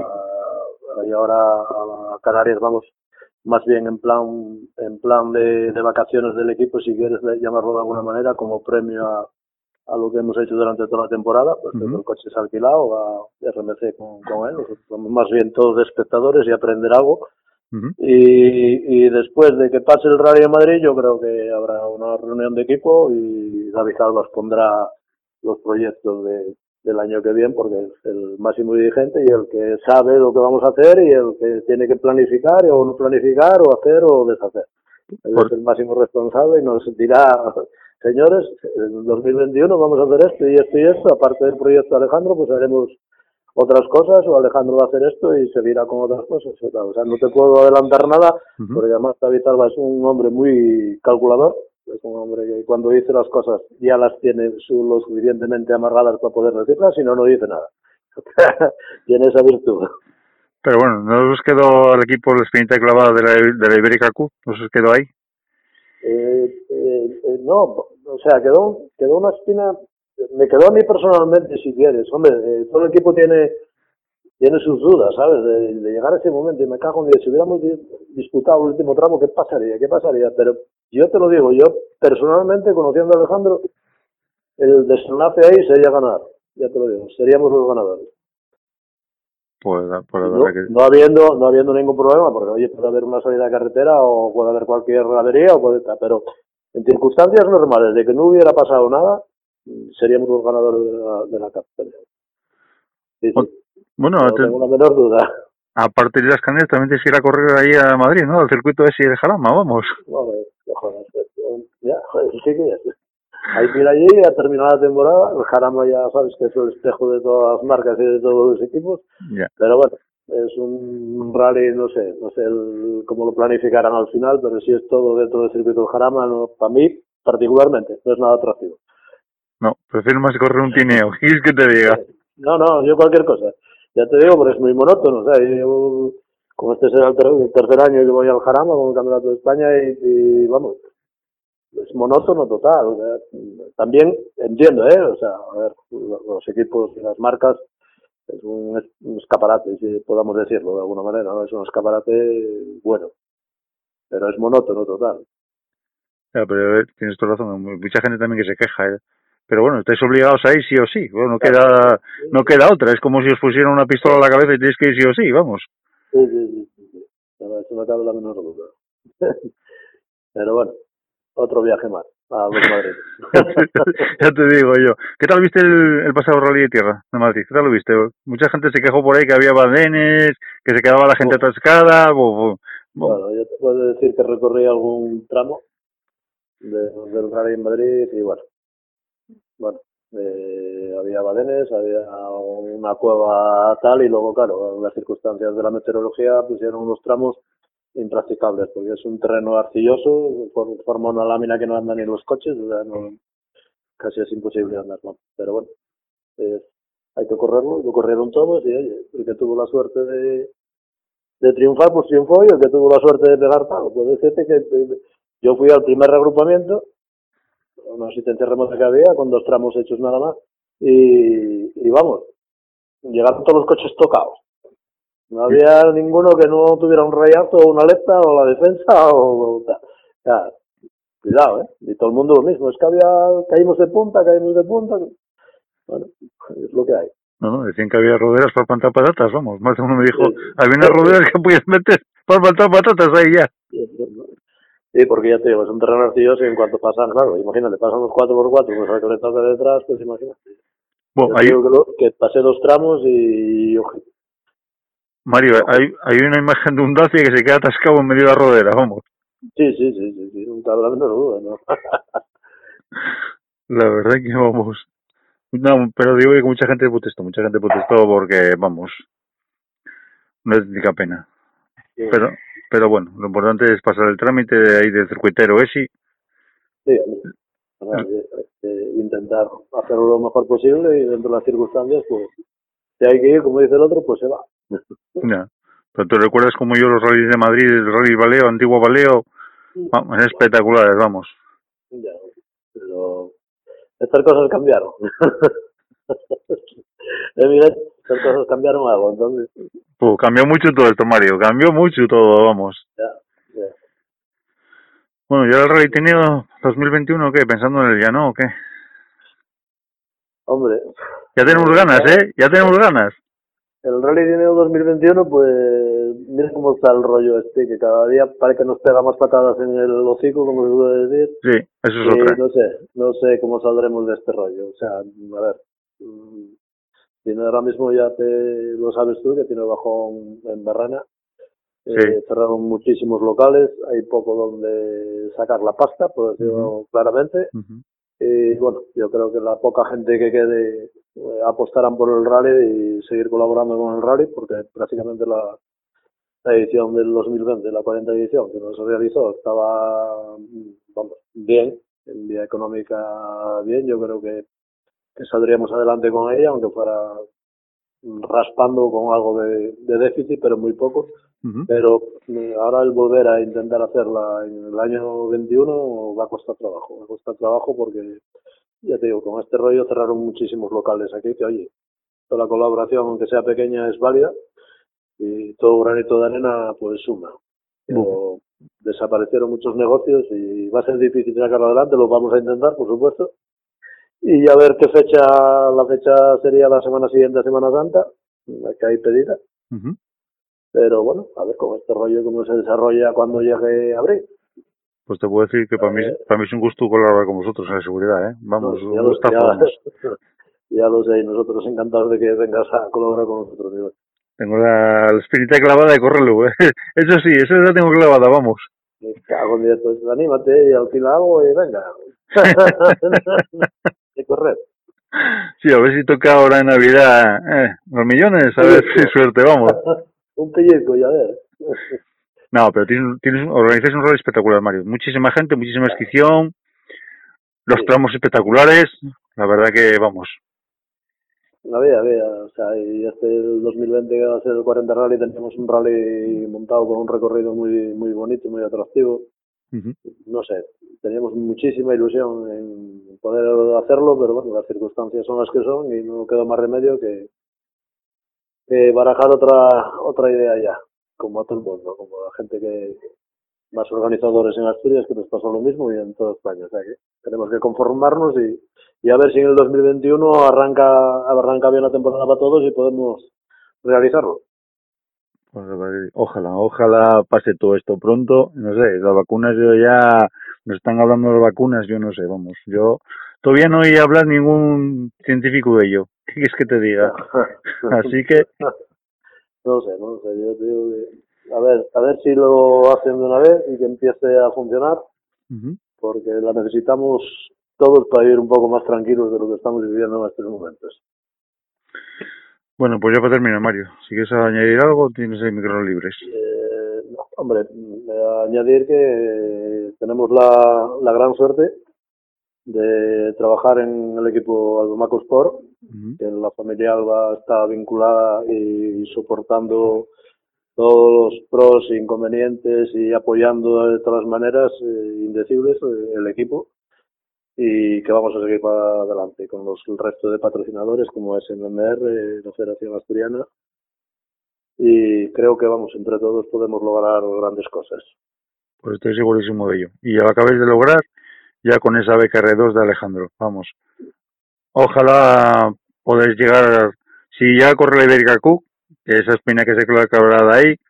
a, a, ahora a Canarias vamos más bien en plan en plan de, de vacaciones del equipo, si quieres llamarlo de alguna manera, como premio a, a lo que hemos hecho durante toda la temporada, pues uh-huh. el coche es alquilado, va R M C con, con él, nosotros somos más bien todos de espectadores y aprender algo. Uh-huh. y, y después de que pase el Rally de Madrid, yo creo que habrá una reunión de equipo y David Albas pondrá los proyectos de, del año que viene, porque es el máximo dirigente y el que sabe lo que vamos a hacer y el que tiene que planificar o no planificar o hacer o deshacer. Él Por... es el máximo responsable y nos dirá... Señores, en dos mil veintiuno vamos a hacer esto y esto y esto, aparte del proyecto de Alejandro, pues haremos otras cosas, o Alejandro va a hacer esto y seguirá con otras cosas. O sea, no te puedo adelantar nada, uh-huh. porque además David Alba es un hombre muy calculador, es un hombre que cuando dice las cosas ya las tiene su, lo suficientemente amarradas para poder decirlas, si no, no dice nada. Tiene esa virtud. Pero bueno, ¿no os quedó al equipo la espinita clavada de la, de la Ibérica Q? ¿No os quedó ahí? Eh, eh, eh, no, o sea, quedó, quedó una espina, me quedó a mí personalmente, si quieres, hombre, eh, todo el equipo tiene tiene sus dudas, ¿sabes? De, de llegar a ese momento y me cago en Dios, si hubiéramos disputado el último tramo, ¿qué pasaría? ¿Qué pasaría? Pero yo te lo digo, yo personalmente, conociendo a Alejandro, el desenlace ahí sería ganar, ya te lo digo, seríamos los ganadores. Pues, pues la no, verdad que... no habiendo no habiendo ningún problema, porque oye, puede haber una salida de carretera o puede haber cualquier avería o puede estar, pero en circunstancias normales de que no hubiera pasado nada, seríamos los ganadores de la, de la carretera. Sí, sí. Bueno, no te... tengo la menor duda. Aparte de las Canarias, también te ir a correr ahí a Madrid, ¿no? Al circuito ese de Jarama, vamos. No, joder, ya, joder, sí que es. Hay que ir allí a terminar la temporada. El Jarama ya sabes que es el espejo de todas las marcas y de todos los equipos. Ya. Pero bueno, es un rally, no sé, no sé el, cómo lo planificarán al final, pero si es todo dentro del circuito del Jarama, no, para mí, particularmente, no es nada atractivo. No, prefiero más correr un tineo, ¿quieres que te diga? No, no, yo cualquier cosa. Ya te digo, pero es muy monótono, o sea, yo, como este será el, ter el tercer año que voy al Jarama con el Campeonato de España y, y vamos, es monótono total. O sea, también entiendo, ¿eh? O sea, a ver, los equipos y las marcas es un, un escaparate, si podamos decirlo de alguna manera, ¿no? Es un escaparate bueno, pero es monótono total. Ya, pero eh, tienes toda razón, mucha gente también que se queja, ¿eh? Pero bueno, estáis obligados a ir sí o sí, bueno, no queda, no queda otra, es como si os pusieran una pistola a la cabeza y tenéis que ir sí o sí, vamos. Sí, sí, sí, sí, sí. Eso no cabe la menor duda. Pero bueno, otro viaje más a Madrid. Ya te digo yo. ¿Qué tal viste el, el pasado Rally de Tierra de Madrid? ¿Qué tal lo viste? Mucha gente se quejó por ahí que había badenes, que se quedaba la gente Bueno, atascada. Bo, bo, bo. Bueno, yo te puedo decir que recorrí algún tramo de, del Rally en Madrid y bueno, bueno, eh, había badenes, había una cueva tal y luego, claro, las circunstancias de la meteorología pusieron unos tramos impracticables porque es un terreno arcilloso, forma una lámina que no andan ni los coches, o sea, no, casi es imposible andar, ¿no? Pero bueno, eh, hay que correrlo, lo corrieron todos y oye, el que tuvo la suerte de, de triunfar, pues triunfó, y el que tuvo la suerte de pegar palo, pues decirte que eh, yo fui al primer reagrupamiento, una asistencia remota que había, con dos tramos hechos nada más, y, y vamos, llegaron todos los coches tocados. No había ninguno que no tuviera un rayazo o una alerta o la defensa o, o tal. Ya, cuidado, ¿eh? Y todo el mundo lo mismo. Es que había, caímos de punta, caímos de punta. Bueno, es lo que hay. No, no, decían que había roderas para plantar patatas, vamos. Más de uno me dijo, Sí. había unas roderas que podías meter para plantar patatas ahí ya. Sí, porque ya te digo, es un terreno arcilloso y en cuanto pasan, claro, imagínate, pasan los cuatro por cuatro, pues al que le toca detrás, pues imagínate. Bueno, Yo ahí, digo que, lo, que pasé dos tramos y... Oje, Mario, hay, hay una imagen de un Dacia que se queda atascado en medio de la rodera, vamos. sí, sí, sí, sí, sí, un cabrón no duda, ¿no? La verdad que vamos. No, pero digo que mucha gente protestó, mucha gente protestó porque, vamos, no es ni pena. Sí. Pero, pero bueno, lo importante es pasar el trámite de ahí del circuitero ese. Sí, bueno, eh, intentar hacerlo lo mejor posible y dentro de las circunstancias, pues, si hay que ir, como dice el otro, pues se va. Ya. Pero te recuerdas como yo los rallies de Madrid, el rally Valeo, antiguo Valeo, vamos, es espectaculares, vamos. Ya, pero estas cosas cambiaron. eh, mira, estas cosas cambiaron algo, entonces. Pues cambió mucho todo esto, Mario, cambió mucho todo, vamos. Ya, ya. Bueno, ¿ya el rally tenido dos mil veintiuno qué? ¿Pensando en el ya no o qué? Hombre. Ya tenemos eh, ganas, ¿eh? Ya tenemos ganas. El Rally de enero dos mil veintiuno, pues mira cómo está el rollo este, que cada día parece que nos pega más patadas en el hocico, como se suele decir. Sí, eso es y otra. no sé, no sé cómo saldremos de este rollo. O sea, a ver, tiene ahora mismo, ya te lo sabes tú, que tiene bajón en Berrana. Sí. Eh, cerraron muchísimos locales, hay poco donde sacar la pasta, por decirlo uh-huh. claramente. Uh-huh. Y bueno, yo creo que la poca gente que quede eh, apostarán por el rally y seguir colaborando con el rally, porque prácticamente la, la edición del dos mil veinte, la cuarenta edición que nos realizó, estaba, vamos, bien, en vía económica bien. Yo creo que, que saldríamos adelante con ella, aunque fuera raspando con algo de, de déficit, pero muy poco. Uh-huh. Pero eh, ahora el volver a intentar hacerla en el año veintiuno va a costar trabajo, va a costar trabajo porque, ya te digo, con este rollo cerraron muchísimos locales aquí, que oye, toda la colaboración, aunque sea pequeña, es válida, y todo granito de arena pues suma. Pero uh-huh. desaparecieron muchos negocios y va a ser difícil sacarlo adelante, lo vamos a intentar, por supuesto, y a ver qué fecha, la fecha sería la semana siguiente a Semana Santa, la que hay pedida. Uh-huh. Pero bueno, a ver con este rollo cómo se desarrolla cuando llegue abril. Pues te puedo decir que para mí, para mí es un gusto colaborar con vosotros en la seguridad, ¿eh? Vamos, no, ya, un gustazo, ya, vamos. Ya lo sé, y nosotros encantados de que vengas a colaborar con nosotros, amigo. Tengo la, la espinita clavada de correrlo, ¿eh? Eso sí, eso la tengo clavada, vamos. Me cago en Dios, pues anímate y alquila algo y venga. De correr. Sí, a ver si toca ahora en Navidad, eh, los millones, a ver si suerte, vamos. Un pellizco, ya ver. No, pero tienes, tienes, organizáis un rally espectacular, Mario. Muchísima gente, muchísima inscripción, los sí. tramos espectaculares, la verdad que vamos. Había, había, o sea, y este el dos mil veinte que va a ser el cuarenta Rally, tenemos un rally montado con un recorrido muy muy bonito, muy atractivo. Uh-huh. No sé, teníamos muchísima ilusión en poder hacerlo, pero bueno, las circunstancias son las que son y no quedó más remedio que, que barajar otra otra idea ya, como a todo el mundo, como la gente que más organizadores en Asturias que nos pasó lo mismo y en toda España, o sea que tenemos que conformarnos y, y a ver si en el dos mil veintiuno arranca arranca bien la temporada para todos y podemos realizarlo. Ojalá, ojalá pase todo esto pronto. No sé, las vacunas, yo ya nos están hablando de las vacunas, yo no sé, vamos, yo todavía no oí hablar ningún científico de ello. ¿Qué quieres que te diga? Así que no sé, no sé, yo te digo que a ver, a ver si lo hacen de una vez y que empiece a funcionar, uh-huh. porque la necesitamos todos para ir un poco más tranquilos de lo que estamos viviendo en estos momentos. Bueno, pues ya para terminar, Mario, si quieres añadir algo, tienes el micrófono libres. Eh, no, hombre, eh, añadir que tenemos la, la gran suerte de trabajar en el equipo Albomaco Sport, uh-huh. que la familia Alba está vinculada y, y soportando todos los pros e inconvenientes y apoyando de todas maneras eh, indecibles eh, el equipo y que vamos a seguir para adelante con los, el resto de patrocinadores como es M M R, eh, la Federación Asturiana y creo que vamos, entre todos podemos lograr grandes cosas. Pues estoy segurísimo de ello. Y ya lo acabáis de lograr ya con esa beca R dos de Alejandro, vamos. Ojalá podáis llegar, si ya corre la Ibérica Cup, que esa espina que se clavará de ahí.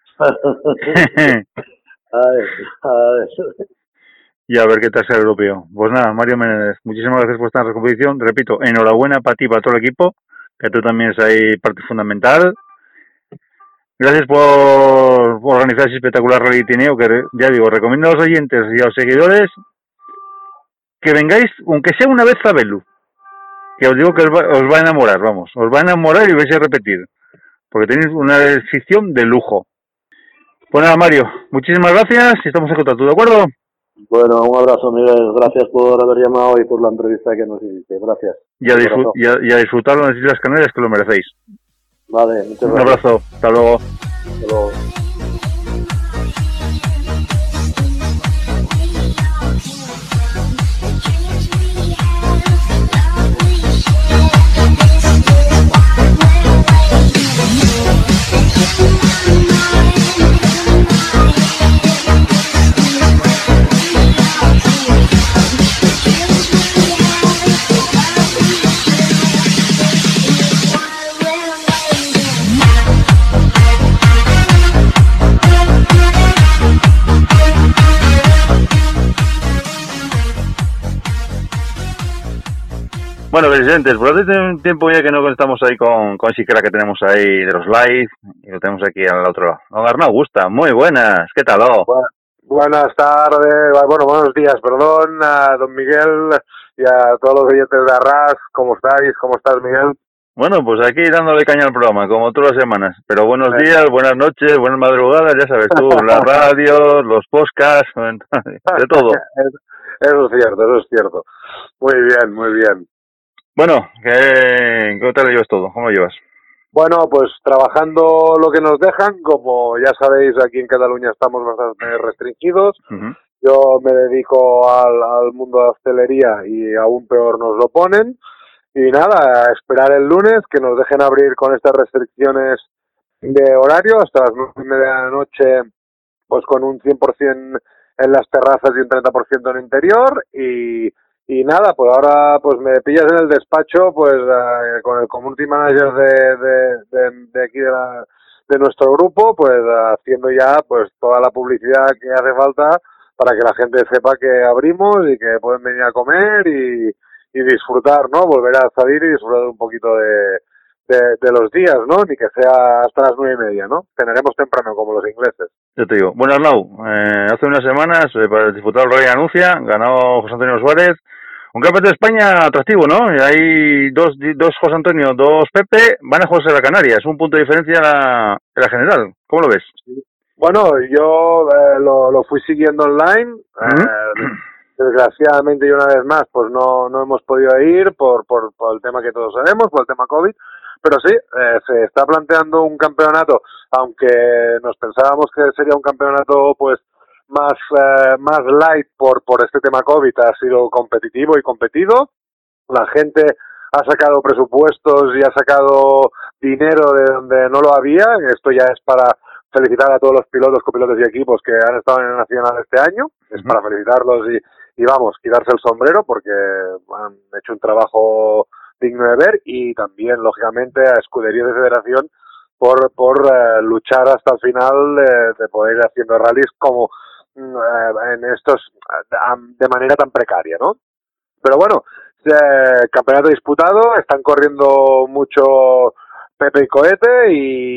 a ver, a ver. Y a ver qué tal sea el europeo. Pues nada, Mario Menéndez, muchísimas gracias por estar en la competición. Repito, enhorabuena para ti, para todo el equipo, que tú también eres ahí parte fundamental. Gracias por, por organizar ese espectacular Rally Tineo, que ya digo, recomiendo a los oyentes y a los seguidores que vengáis, aunque sea una vez a verlo, que os digo que os va, os va a enamorar, vamos, os va a enamorar y vais a repetir, porque tenéis una descripción de lujo. Pues nada, Mario, muchísimas gracias y estamos en contacto, ¿de acuerdo? Bueno, un abrazo, Miguel, gracias por haber llamado y por la entrevista que nos hiciste, gracias. Y a, disfrut- y a, y a disfrutarlo en las Islas Canarias, que lo merecéis. Vale, muchas gracias. Un abrazo, hasta luego. Hasta luego. Bueno, presidentes, por hace un tiempo ya que no estamos ahí con, con Siquera, que tenemos ahí de los live, y lo tenemos aquí al otro lado. Don Arnau Gusta, muy buenas, ¿qué tal? Oh? Bueno, buenas tardes, bueno, buenos días, perdón, a don Miguel y a todos los oyentes de Arras, ¿cómo estáis? ¿Cómo estás, Miguel? Bueno, pues aquí dándole caña al programa, como todas las semanas. Pero buenos sí. días, buenas noches, buenas madrugadas, ya sabes tú, las radios, los podcasts, de todo. Eso es cierto, eso es cierto. Muy bien, muy bien. Bueno, ¿qué, ¿qué te lo llevas todo? ¿Cómo lo llevas? Bueno, pues trabajando lo que nos dejan, como ya sabéis, aquí en Cataluña estamos bastante restringidos. Uh-huh. Yo me dedico al, al mundo de la hostelería y aún peor nos lo ponen. Y nada, a esperar el lunes que nos dejen abrir con estas restricciones de horario hasta las nueve y media de la noche, pues con un cien por ciento en las terrazas y un treinta por ciento en el interior. Y, y nada, pues ahora pues me pillas en el despacho pues uh, con el community manager de, de, de, de aquí de, la, de nuestro grupo, pues uh, haciendo ya pues toda la publicidad que hace falta para que la gente sepa que abrimos y que pueden venir a comer y y disfrutar, ¿no? Volver a salir y disfrutar un poquito de, de, de los días, ¿no? Ni que sea hasta las nueve y media, ¿no? Cenaremos temprano, como los ingleses. Yo te digo, bueno, Arnau, eh, hace unas semanas, eh, para disfrutar el Rally Anuncia, ganó José Antonio Suárez, Un campeonato de España atractivo, ¿no? Hay dos, dos José Antonio, dos Pepe, van a jugarse la Canarias, un punto de diferencia en la, en la general. ¿Cómo lo ves? Bueno, yo eh, lo, lo fui siguiendo online. Uh-huh. Eh, desgraciadamente, y una vez más, pues no, no hemos podido ir por, por, por el tema que todos sabemos, por el tema COVID. Pero sí, eh, se está planteando un campeonato, aunque nos pensábamos que sería un campeonato, pues, más eh, más light por por este tema COVID, ha sido competitivo y competido. La gente ha sacado presupuestos y ha sacado dinero de donde no lo había. Esto ya es para felicitar a todos los pilotos, copilotos y equipos que han estado en el Nacional este año. Es para felicitarlos y, y vamos, quitarse el sombrero porque han hecho un trabajo digno de ver, y también, lógicamente, a escuderías de federación por por eh, luchar hasta el final de, de poder ir haciendo rallies como en estos de manera tan precaria, ¿no? Pero bueno, eh, campeonato disputado, están corriendo mucho Pepe y Cohete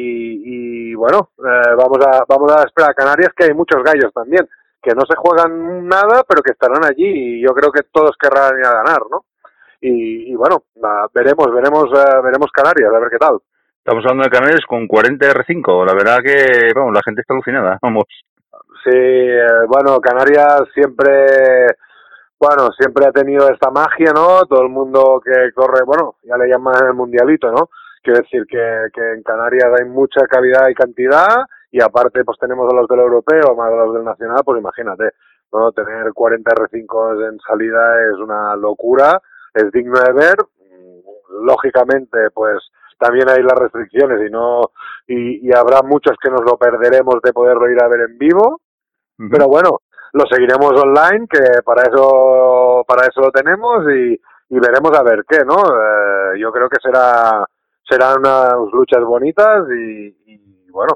y, y bueno, eh, vamos a vamos a esperar a Canarias, que hay muchos gallos también que no se juegan nada, pero que estarán allí, y yo creo que todos querrán ir a ganar, ¿no? Y, y bueno, uh, veremos, veremos, uh, veremos Canarias, a ver qué tal. Estamos hablando de Canarias con cuarenta R cinco, la verdad que, vamos, la gente está alucinada, vamos. Sí, eh, bueno, Canarias siempre, bueno, siempre ha tenido esta magia, ¿no? Todo el mundo que corre, bueno, ya le llaman el mundialito, ¿no? Quiero decir que, que en Canarias hay mucha calidad y cantidad, y aparte pues tenemos a los del europeo más a los del nacional, pues imagínate, ¿no? Tener cuarenta R cinco en salida es una locura, es digno de ver. Lógicamente, pues también hay las restricciones y no y, y habrá muchos que nos lo perderemos de poderlo ir a ver en vivo. Uh-huh. Pero bueno, lo seguiremos online, que para eso para eso lo tenemos, y, y veremos a ver qué, ¿no? Eh, yo creo que será serán unas luchas bonitas y, y bueno,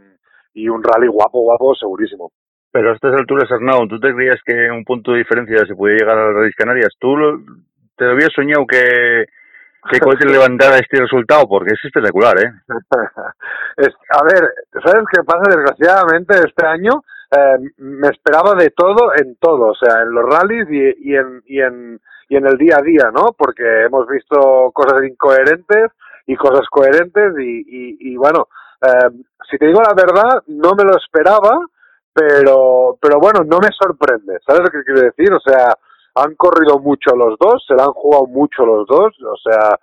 y un rally guapo, guapo, segurísimo. Pero a estas alturas, Arnau, ¿tú te creías que un punto de diferencia se podía llegar a las Rallys Canarias? ¿Tú lo, te lo habías soñado que que Cohete levantara este resultado? Porque es espectacular, ¿eh? es, a ver, ¿sabes qué pasa? Desgraciadamente este año eh, me esperaba de todo en todo, o sea, en los rallies y, y, en, y, en, y en el día a día, ¿no? Porque hemos visto cosas incoherentes y cosas coherentes y, y, y bueno, eh, si te digo la verdad, no me lo esperaba, pero, pero bueno, no me sorprende, ¿sabes lo que quiero decir? O sea, han corrido mucho los dos, se la han jugado mucho los dos, o sea,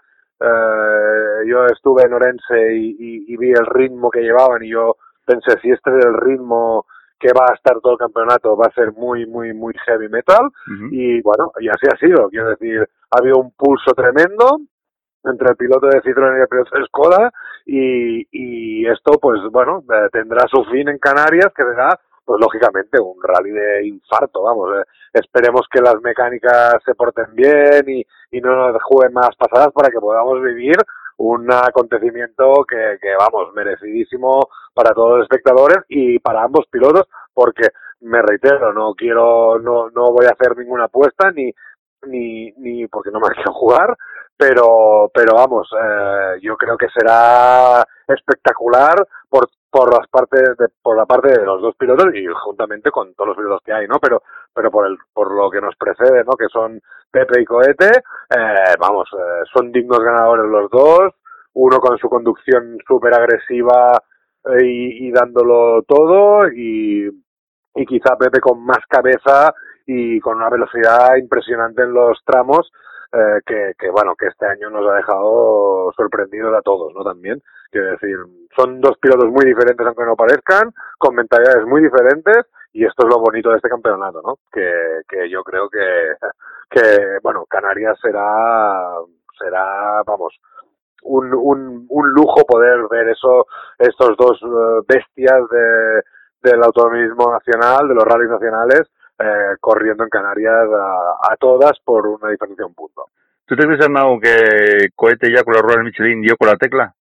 eh, yo estuve en Orense y, y, y vi el ritmo que llevaban, y yo pensé, si este es el ritmo que va a estar todo el campeonato, va a ser muy, muy, muy heavy metal, uh-huh. Y bueno, y así ha sido, quiero decir, ha habido un pulso tremendo entre el piloto de Citroën y el piloto de Skoda, y, y esto, pues bueno, eh, tendrá su fin en Canarias, que será, pues lógicamente, un rally de infarto, vamos, eh. Esperemos que las mecánicas se porten bien y, y no nos jueguen más pasadas para que podamos vivir un acontecimiento que, que, vamos, merecidísimo para todos los espectadores y para ambos pilotos, porque, me reitero, no quiero, no, no voy a hacer ninguna apuesta, ni, ni, ni porque no me quiero jugar, pero, pero vamos, eh, yo creo que será espectacular por por las partes de, por la parte de los dos pilotos y juntamente con todos los pilotos que hay, ¿no? Pero pero por el por lo que nos precede, ¿no? Que son Pepe y Cohete, eh, vamos, eh, son dignos ganadores los dos, uno con su conducción súper agresiva eh, y, y dándolo todo, y y quizá Pepe con más cabeza y con una velocidad impresionante en los tramos, eh, que, que bueno, que este año nos ha dejado sorprendidos a todos, ¿no? También, quiero decir, son dos pilotos muy diferentes, aunque no parezcan, con mentalidades muy diferentes, y esto es lo bonito de este campeonato, ¿no? Que, que yo creo que, que, bueno, Canarias será, será, vamos, un, un, un lujo poder ver eso, estos dos uh, bestias de, del automovilismo nacional, de los rallies nacionales, eh, corriendo en Canarias a, a todas por una diferencia de un punto. ¿Tú te crees, Arnau, que Cohete ya con la rueda del Michelin dio con la tecla?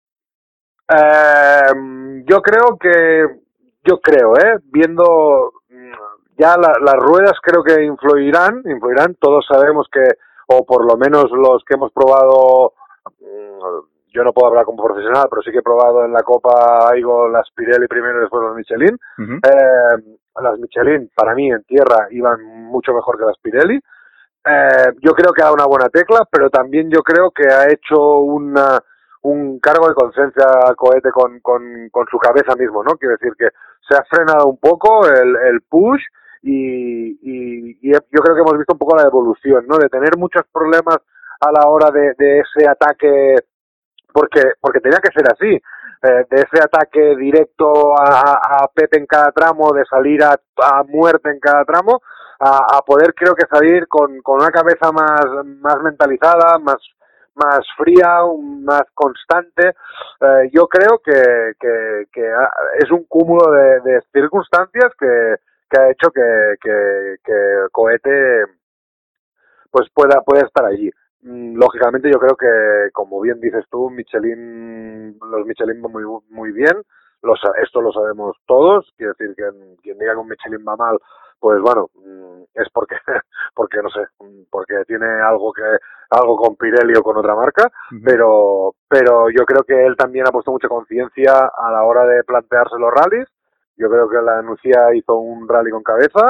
Eh, yo creo que, yo creo, eh, viendo ya la, las ruedas creo que influirán, influirán, todos sabemos que, o por lo menos los que hemos probado, yo no puedo hablar como profesional, pero sí que he probado en la Copa Aigo las Pirelli primero y después las Michelin. Uh-huh. Eh, las Michelin, para mí, en tierra, iban mucho mejor que las Pirelli, eh, yo creo que ha dado una buena tecla, pero también yo creo que ha hecho una, un cargo de conciencia a Cohete con, con, con su cabeza mismo, ¿no? Quiero decir que se ha frenado un poco el, el push y, y, y yo creo que hemos visto un poco la evolución, ¿no? De tener muchos problemas a la hora de, de ese ataque, porque, porque tenía que ser así, eh, de ese ataque directo a, a Pepe en cada tramo, de salir a, a muerte en cada tramo, a, a poder creo que salir con, con una cabeza más, más mentalizada, más más fría, más constante. Eh, yo creo que, que, que es un cúmulo de, de circunstancias que, que ha hecho que, que, que Cohete pues pueda, pueda estar allí. Lógicamente yo creo que, como bien dices tú, Michelin, los Michelin van muy, muy bien, los, esto lo sabemos todos, quiero decir que quien diga que un Michelin va mal, pues bueno, es porque, porque no sé, porque tiene algo que, algo con Pirelli o con otra marca, uh-huh. pero, pero yo creo que él también ha puesto mucha conciencia a la hora de plantearse los rallies. Yo creo que la Nucía hizo un rally con cabeza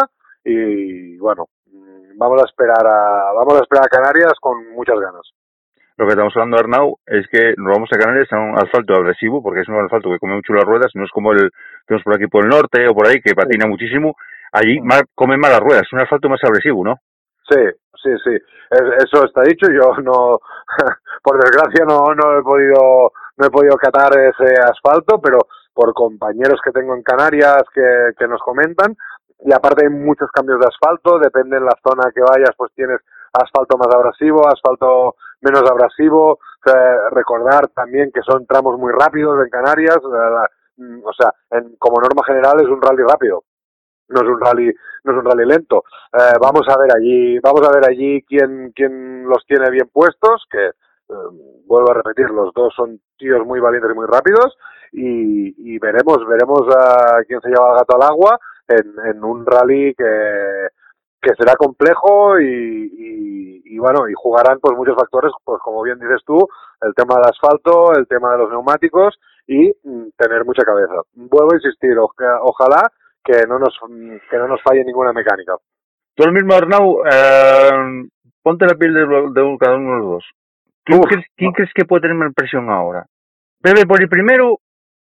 y bueno, vamos a esperar a, vamos a esperar a Canarias con muchas ganas. Lo que estamos hablando, Arnau, es que nos vamos a Canarias a un asfalto agresivo, porque es un asfalto que come mucho las ruedas, no es como el que tenemos por aquí por el norte o por ahí, que patina sí. muchísimo. Allí sí. mal, come malas ruedas, es un asfalto más agresivo, ¿no? Sí, sí, sí, es, eso está dicho. Yo no, por desgracia no, no he podido, no he podido catar ese asfalto, pero por compañeros que tengo en Canarias que, que nos comentan, y aparte hay muchos cambios de asfalto, depende de la zona que vayas, pues tienes asfalto más abrasivo, asfalto menos abrasivo. Eh, recordar también que son tramos muy rápidos en Canarias, eh, o sea, en, como norma general es un rally rápido, no es un rally, no es un rally lento. Eh, vamos a ver allí, vamos a ver allí quién, quién los tiene bien puestos, que eh, vuelvo a repetir, los dos son tíos muy valientes y muy rápidos, y, y veremos, veremos a quién se lleva el gato al agua en, en un rally que que será complejo y, y, y bueno, y jugarán pues muchos factores, pues como bien dices tú, el tema del asfalto, el tema de los neumáticos y mm, tener mucha cabeza. Vuelvo a insistir, o, ojalá que no nos que no nos falle ninguna mecánica. Tú el mismo, Arnau, eh, ponte la piel de, de cada uno de los dos. ¿Quién, Uf, crees, ¿quién no. crees que puede tener más presión ahora? ¿Bebe por el primero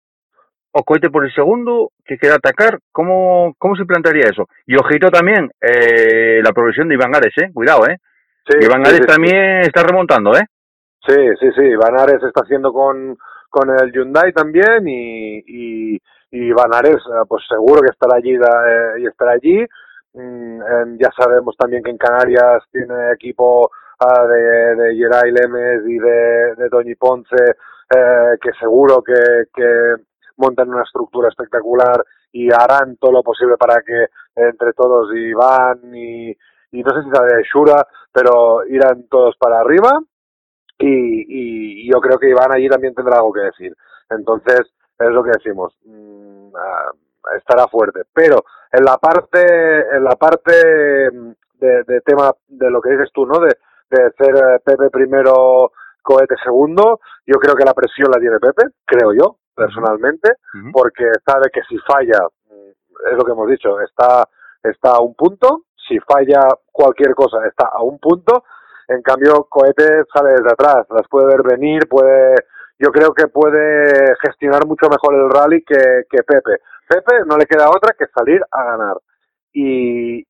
o Cohete por el segundo, que quiera atacar? ¿Cómo, cómo se plantearía eso? Y ojito también, eh, la progresión de Iván Ares, eh, cuidado, eh. Sí, Iván sí, Ares sí, también sí. está remontando, eh. Sí, sí, sí, Iván Ares está haciendo con, con el Hyundai también y, y, y Iván Ares, pues seguro que estará allí eh, y estará allí. Mm, eh, ya sabemos también que en Canarias tiene equipo uh, de, de Geray Lemes y de, de Toñi Ponce, eh, que seguro que, que montan una estructura espectacular y harán todo lo posible para que entre todos Iván y, y no sé si sabe Shura, pero irán todos para arriba y, y, y yo creo que Iván allí también tendrá algo que decir. Entonces, es lo que decimos, mmm, uh, estará fuerte. Pero en la parte, en la parte de, de tema de lo que dices tú, ¿no? De, de ser Pepe primero, Cohete segundo, yo creo que la presión la tiene Pepe, creo yo, personalmente, uh-huh. porque sabe que si falla, es lo que hemos dicho, está, está a un punto, si falla cualquier cosa está a un punto, en cambio Cohete sale desde atrás, las puede ver venir, puede, yo creo que puede gestionar mucho mejor el rally que, que Pepe. Pepe no le queda otra que salir a ganar, y,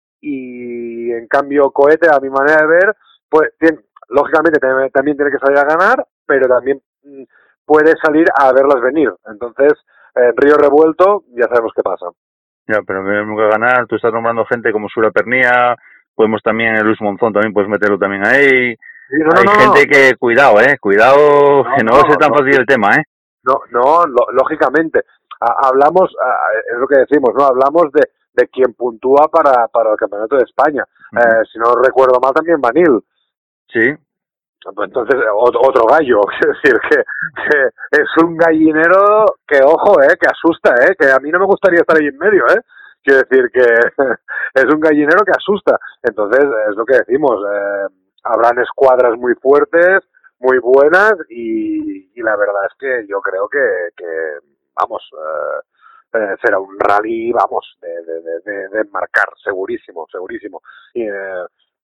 y en cambio Cohete, a mi manera de ver, pues tiene, lógicamente también tiene que salir a ganar, pero también puede salir a verlas venir. Entonces, en Río Revuelto ya sabemos qué pasa. Ya, pero tenemos que ganar. Tú estás nombrando gente como Sura Pernía, podemos también, Luis Monzón también puedes meterlo también ahí. Sí, no, Hay no, gente no. que, cuidado, eh, cuidado, no, que no, no va a ser tan no, fácil el tema, eh. No, no, lo, lógicamente. A, hablamos, a, es lo que decimos, ¿no? Hablamos de, de quien puntúa para, para el Campeonato de España. Uh-huh. Eh, si no recuerdo mal, también Vanil. Sí. Entonces, otro gallo, quiero decir que, que es un gallinero que, ojo, eh, que asusta, eh, que a mí no me gustaría estar ahí en medio, eh. Quiero decir que es un gallinero que asusta. Entonces, es lo que decimos, eh, habrán escuadras muy fuertes, muy buenas, y, y la verdad es que yo creo que, que vamos, eh, eh, será un rally, vamos, de, de, de, de marcar, segurísimo, segurísimo. Y, eh,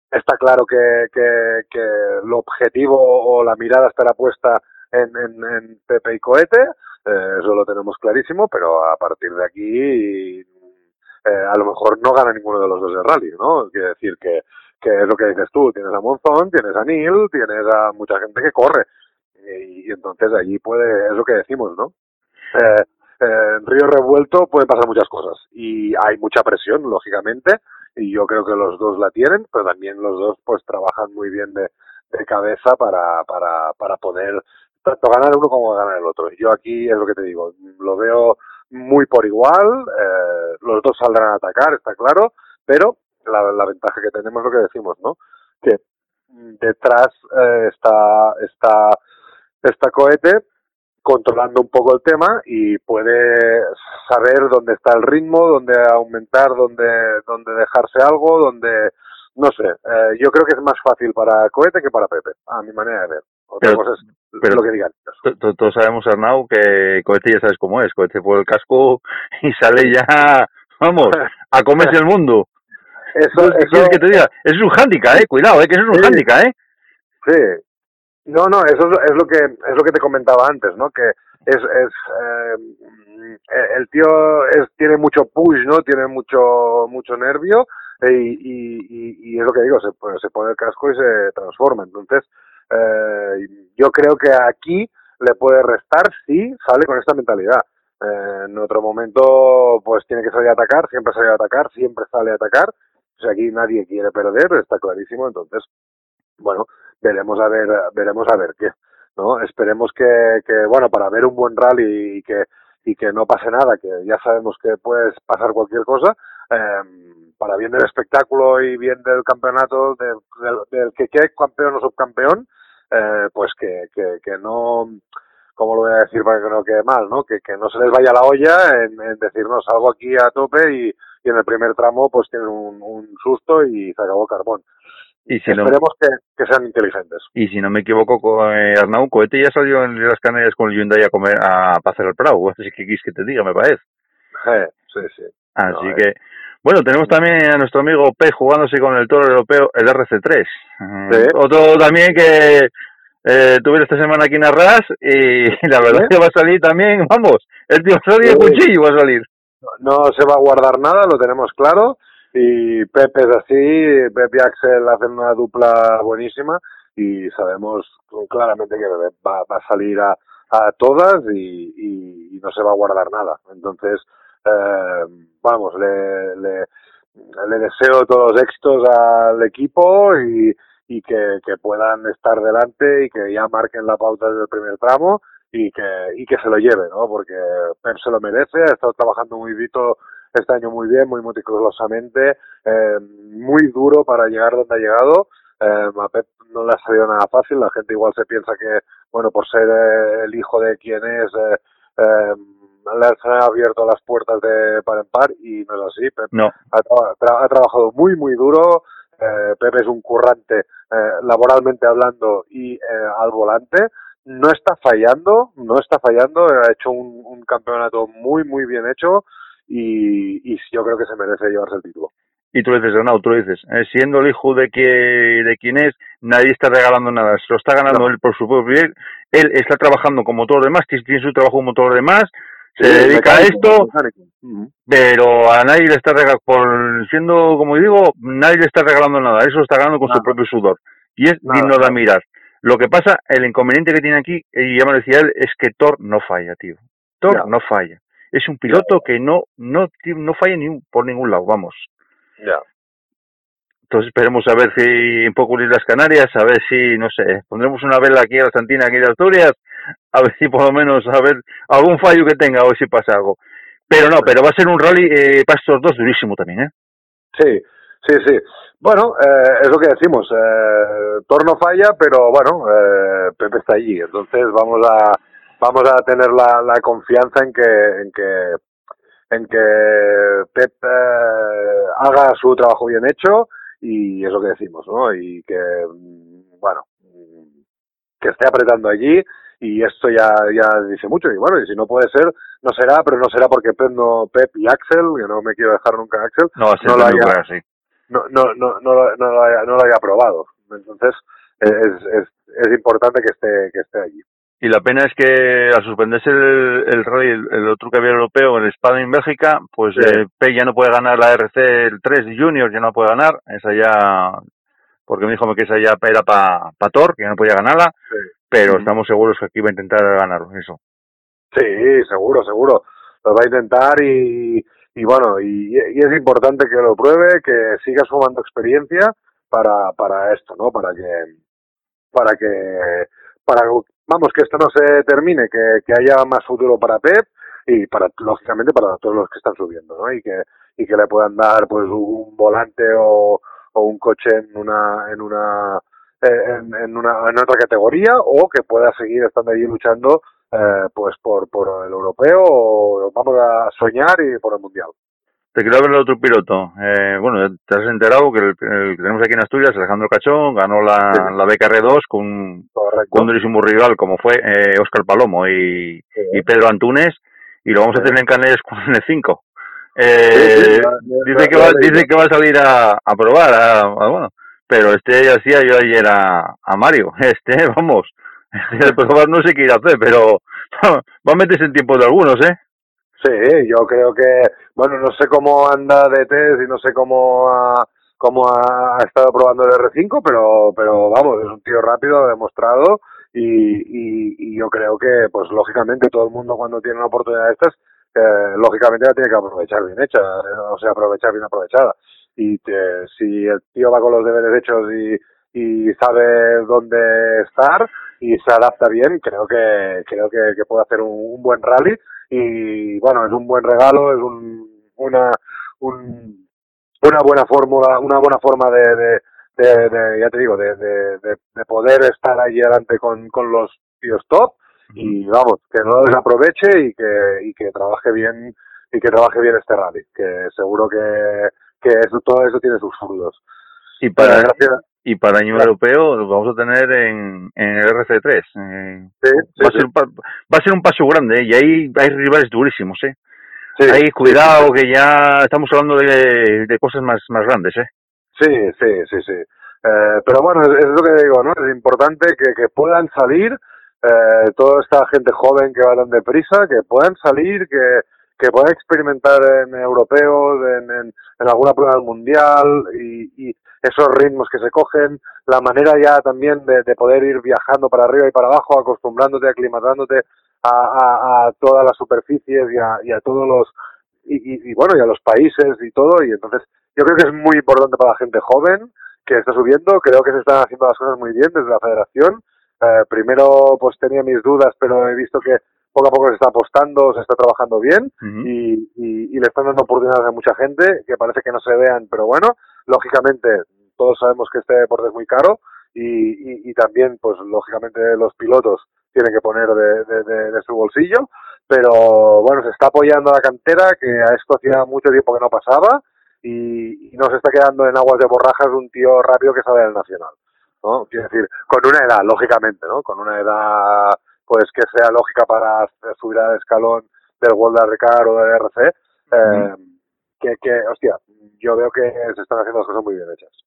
está claro que, que, que el objetivo o la mirada estará puesta en, en, en Pepe y Cohete, eh, eso lo tenemos clarísimo, pero a partir de aquí eh, a lo mejor no gana ninguno de los dos el rally, ¿no? Quiere decir que, que es lo que dices tú, tienes a Monzón, tienes a Neil, tienes a mucha gente que corre, y, y entonces allí puede, es lo que decimos, ¿no? Eh, eh, en Río Revuelto pueden pasar muchas cosas, y hay mucha presión, lógicamente, y yo creo que los dos la tienen, pero también los dos pues trabajan muy bien de, de cabeza para, para, para poder tanto ganar uno como ganar el otro. Yo aquí es lo que te digo, lo veo muy por igual, eh, los dos saldrán a atacar, está claro, pero la, la ventaja que tenemos es lo que decimos, ¿no? Que detrás eh, está, está, está Cohete controlando un poco el tema y puede saber dónde está el ritmo, dónde aumentar, dónde, dónde dejarse algo, dónde, no sé, eh, yo creo que es más fácil para Cohete que para Pepe, a mi manera de ver. Otra Pero, cosa es pero lo que digan. Todos sabemos, Arnau, que Cohete ya sabes cómo es. Cohete por el casco y sale ya, vamos, a comerse el mundo. Eso, ¿Qué eso, quieres que te diga? Eso es un hándicap, eh, cuidado, eh, que eso es un sí, hándicap, eh. Sí. No, no, eso es, es lo que es lo que te comentaba antes, ¿no? Que es es eh, el tío es tiene mucho push, ¿no? Tiene mucho mucho nervio y, y, y, y es lo que digo, se, se pone el casco y se transforma. Entonces, eh, yo creo que aquí le puede restar si sale con esta mentalidad. Eh, en otro momento, pues tiene que salir a atacar, siempre sale a atacar, siempre sale a atacar. O sea, aquí nadie quiere perder, está clarísimo. Entonces, bueno, veremos a ver, veremos a ver qué, ¿no? Esperemos que, que bueno, para ver un buen rally y que y que no pase nada, que ya sabemos que puede pasar cualquier cosa, eh, para bien del espectáculo y bien del campeonato, del, del, del que quede campeón o subcampeón, eh, pues que, que, que no, ¿cómo lo voy a decir para que no quede mal, ¿no? Que, que no se les vaya la olla en, en decirnos algo aquí a tope y, y en el primer tramo pues tienen un, un susto y se acabó el carbón. Y si Esperemos no, que, que sean inteligentes. Y si no me equivoco, con eh, Arnau, Cohete ya salió en las Canarias con el Hyundai a comer a pasar el Prado. Así que quis que te diga, me parece. Eh, sí, sí. Así no, que, eh. bueno, tenemos también a nuestro amigo P jugándose con el toro europeo, el R C tres. Sí. Uh, otro también que eh, tuve esta semana aquí en Arras y la verdad es ¿Sí? que va a salir también, vamos, el tío va a salir sí. de cuchillo, va a salir. No, no se va a guardar nada, lo tenemos claro. Y Pepe es así, Pepe y Axel hacen una dupla buenísima y sabemos claramente que va, va a salir a, a todas y, y, y no se va a guardar nada. Entonces, eh, vamos, le, le, le deseo todos los éxitos al equipo y, y que, que puedan estar delante y que ya marquen la pauta desde el primer tramo y que, y que se lo lleve, ¿no? Porque Pep se lo merece, ha estado trabajando muy dito este año muy bien, muy meticulosamente, eh, muy duro para llegar donde ha llegado. Eh, a Pep no le ha salido nada fácil, la gente igual se piensa que, bueno, por ser eh, el hijo de quien es, eh, eh, le han abierto las puertas de par en par y no es así. Pep no. ha, tra ha trabajado muy, muy duro. Eh, Pep es un currante, eh, laboralmente hablando y eh, al volante. No está fallando, no está fallando, ha hecho un, un campeonato muy, muy bien hecho. Y, y yo creo que se merece llevarse el título. Y tú le dices, Arnau, tú le dices, eh, siendo el hijo de que de quien es, nadie está regalando nada, se lo está ganando no. él por su propio bien, él está trabajando como todos los demás, tiene su trabajo como todos los demás, se sí, dedica mecánico, a esto, uh-huh. pero a nadie le está regalando, por siendo, como digo, nadie le está regalando nada, eso lo está ganando con nada. su propio sudor, y es nada, digno de admirar. Lo que pasa, el inconveniente que tiene aquí, y ya me decía él, es que Thor no falla, tío, Thor ya. no falla. Es un piloto que no no no falla ni un, por ningún lado, vamos. Ya. Entonces esperemos a ver si un poco unir las Canarias, a ver si, no sé, pondremos una vela aquí a la Santina, aquí de Asturias, a ver si por lo menos, a ver, algún fallo que tenga, o si pasa algo. Pero no, pero va a ser un rally eh, para estos dos durísimo también, ¿eh? Sí, sí, sí. Bueno, eh, es lo que decimos, eh, Thor no falla, pero bueno, eh, Pepe está allí, entonces vamos a vamos a tener la, la confianza en que en que en que Pep eh, haga su trabajo bien hecho y es lo que decimos, ¿no? Y que bueno, que esté apretando allí y esto ya ya dice mucho y bueno, y si no puede ser, no será, pero no será porque Pep no Pep y Axel, que no me quiero dejar nunca a Axel, no, no lo haya, sí. no, no, no, no, lo, no, lo haya, no lo haya probado. Entonces, es, es, es importante que esté, que esté allí. Y la pena es que al suspenderse el, el rally, el, el otro que había europeo, el Spa en Bélgica, pues sí. eh, P ya no puede ganar la R C el tres Junior, ya no puede ganar, esa ya, porque me dijo que esa ya era para pa Thor, que ya no podía ganarla, sí. pero sí. estamos seguros que aquí va a intentar ganarlo, eso. Sí, seguro, seguro, lo va a intentar y, y bueno, y, y es importante que lo pruebe, que siga sumando experiencia para, para esto, ¿no? Para que, para que, para vamos, que esto no se termine, que, que haya más futuro para Pep y para, lógicamente, para todos los que están subiendo, ¿no? Y que, y que le puedan dar, pues, un volante o, o un coche en una, en una, en, en una, en otra categoría, o que pueda seguir estando allí luchando, eh, pues, por, por el europeo, o vamos a soñar y por el mundial. Te quiero ver el otro piloto. Eh, bueno, te has enterado que el, el que tenemos aquí en Asturias, Alejandro Cachón, ganó la, sí. la beca R dos con, con un durísimo rival como fue eh, Óscar Palomo y, sí. y Pedro Antúnez, y lo vamos sí. a tener en Canales con el cinco. Eh, sí, sí, dice, que va, dice que va a salir a, a probar, a, a, bueno, pero este ya hacía yo ayer a, a Mario, este, vamos, este, probar no sé qué ir a hacer, pero va a meterse en tiempo de algunos, ¿eh? Sí, yo creo que, bueno, no sé cómo anda de test y no sé cómo ha, cómo ha estado probando el R cinco, pero, pero vamos, es un tío rápido, lo ha demostrado y, y, y yo creo que, pues lógicamente, todo el mundo cuando tiene una oportunidad de estas, eh, lógicamente la tiene que aprovechar bien hecha, o sea, aprovechar bien aprovechada. Y te, si el tío va con los deberes hechos y, y sabe dónde estar y se adapta bien, creo que, creo que, que puede hacer un, un buen rally. Y bueno, es un buen regalo, es un, una un, una buena fórmula, una buena forma de, de, de, de ya te digo, de, de, de, de poder estar allí adelante con, con los tíos top y vamos, que no lo desaproveche y que, y que trabaje bien y que trabaje bien este rally, que seguro que, que eso, todo eso tiene sus frutos. Y para gracias. Y para año claro. europeo lo vamos a tener en, en el R C tres. Eh, sí, sí, va, a ser, sí. va a ser un paso grande, ¿eh? Y ahí hay rivales durísimos, ¿eh? Sí, ahí cuidado, sí, sí. que ya estamos hablando de, de cosas más, más grandes, ¿eh? Sí, sí, sí, sí. Eh, pero bueno, es, es lo que digo, ¿no? Es importante que, que puedan salir eh, toda esta gente joven que va tan deprisa, que puedan salir, que, que puedan experimentar en europeos, en, en, en alguna prueba del mundial y, y esos ritmos que se cogen, la manera ya también de, de poder ir viajando para arriba y para abajo, acostumbrándote, aclimatándote a, a, a todas las superficies y a, y a todos los, y, y, y bueno, y a los países y todo, y entonces yo creo que es muy importante para la gente joven que está subiendo, creo que se están haciendo las cosas muy bien desde la federación, eh, primero pues tenía mis dudas, pero he visto que poco a poco se está apostando, se está trabajando bien uh-huh. y, y, y le están dando oportunidades a mucha gente que parece que no se vean, pero bueno, lógicamente todos sabemos que este deporte es muy caro y, y, y también pues lógicamente los pilotos tienen que poner de, de, de, de su bolsillo, pero bueno, se está apoyando a la cantera, que a esto hacía mucho tiempo que no pasaba y, y no se está quedando en aguas de borrajas un tío rápido que sale del Nacional, ¿no? Quiero decir, con una edad, lógicamente, ¿no? Con una edad pues que sea lógica para subir al escalón del World R C o del R C, eh, uh-huh. que, que, hostia, yo veo que se están haciendo las cosas muy bien hechas.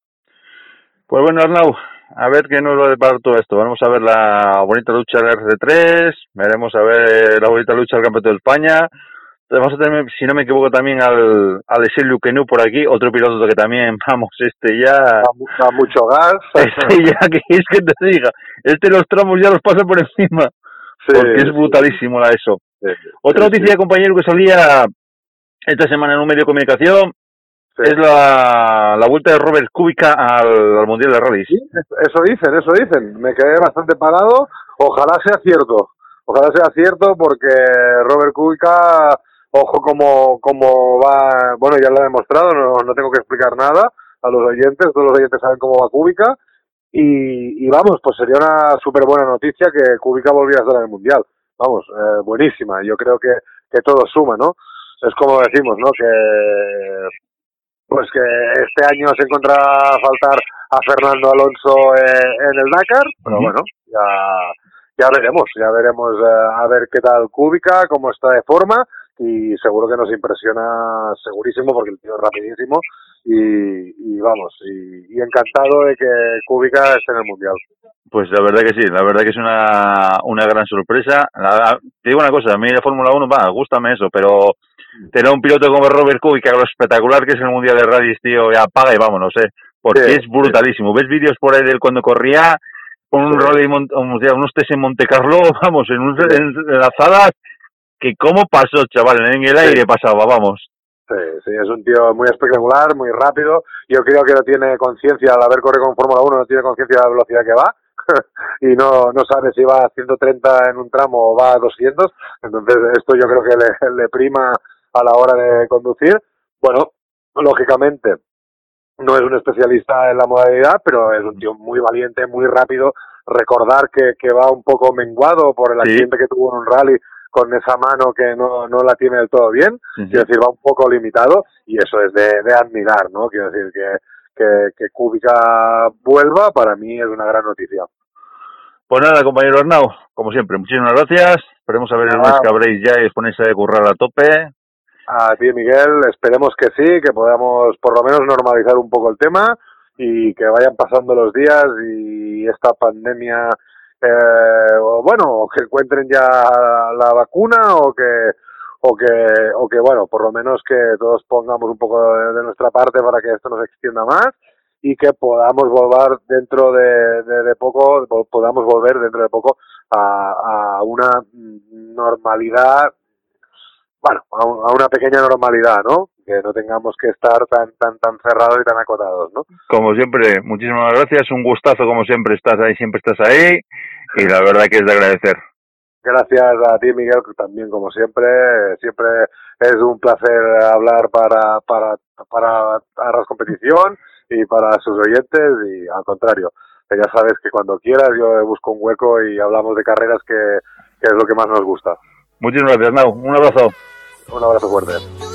Pues bueno, Arnau, a ver qué nos va a deparar todo esto. Vamos a ver la bonita lucha del R C tres, veremos a ver la bonita lucha del Campeonato de España. Vamos a tener, si no me equivoco, también al Alexis Luquenú por aquí, otro piloto que también, vamos, este ya... Da, da mucho gas. Este ya, que es que te diga, este los tramos ya los pasa por encima. Sí, porque es brutalísimo la eso. Sí, Otra sí, noticia, sí. compañero, que salía esta semana en un medio de comunicación sí. es la, la vuelta de Robert Kubica al, al Mundial de Rallys. Sí, eso dicen, eso dicen. Me quedé bastante parado. Ojalá sea cierto. Ojalá sea cierto porque Robert Kubica, ojo como, como va, bueno, ya lo he demostrado, no, no tengo que explicar nada a los oyentes, todos los oyentes saben cómo va Kubica. Y, y vamos, pues sería una súper buena noticia que Kubica volviera a estar en el Mundial. Vamos, eh, buenísima. Yo creo que, que todo suma, ¿no? Es como decimos, ¿no? Que pues que este año se encontrará a faltar a Fernando Alonso eh, en el Dakar, pero uh-huh. bueno, ya ya veremos, ya veremos eh, a ver qué tal Kubica, cómo está de forma y seguro que nos impresiona segurísimo porque el tío es rapidísimo y, y vamos, y, y encantado de que Kubica esté en el Mundial. Pues la verdad que sí, la verdad que es una, una gran sorpresa. La, te digo una cosa, a mí la Fórmula uno, va, gústame eso, pero tener un piloto como Robert Kubica, lo espectacular que es el Mundial de Rallys, tío, ya apaga y vámonos, eh, porque sí, es brutalísimo. Sí. Ves vídeos por ahí de él cuando corría con un sí. rally, unos test en Monte Carlo, vamos, en, un, sí. en, en lanzadas, que cómo pasó, chaval, en el aire sí. pasaba, vamos. Sí, sí, es un tío muy espectacular, muy rápido. Yo creo que no tiene conciencia, al haber corrido con Fórmula uno, no tiene conciencia de la velocidad que va. Y no no sabe si va a ciento treinta en un tramo o va a doscientos. Entonces esto yo creo que le, le prima a la hora de conducir. Bueno, lógicamente no es un especialista en la modalidad, pero es un tío muy valiente, muy rápido. Recordar que, que va un poco menguado por el accidente sí. que tuvo en un rally con esa mano que no, no la tiene del todo bien, uh-huh. quiero decir, va un poco limitado, y eso es de, de admirar, ¿no? Quiero decir que, que, que Kubica vuelva, para mí es una gran noticia. Pues nada, compañero Arnau, como siempre, muchísimas gracias, esperemos a ver el lunes que habréis ya y os ponéis a currar a tope. A ti, Miguel, esperemos que sí, que podamos por lo menos normalizar un poco el tema, y que vayan pasando los días y esta pandemia... Eh, o bueno, que encuentren ya la vacuna o que o que o que bueno, por lo menos que todos pongamos un poco de, de nuestra parte para que esto no se extienda más y que podamos volver dentro de, de, de poco, podamos volver dentro de poco a, a una normalidad, bueno, a, un, a una pequeña normalidad, ¿no? Que no tengamos que estar tan tan tan cerrados y tan acotados, ¿no? Como siempre, muchísimas gracias, un gustazo como siempre, estás ahí, siempre estás ahí, y la verdad que es de agradecer. Gracias a ti, Miguel, también como siempre, siempre es un placer hablar para para para Arras Competición y para sus oyentes, y al contrario, ya sabes que cuando quieras yo busco un hueco y hablamos de carreras, que, que es lo que más nos gusta. Muchísimas gracias, Nau, un abrazo. Un abrazo fuerte.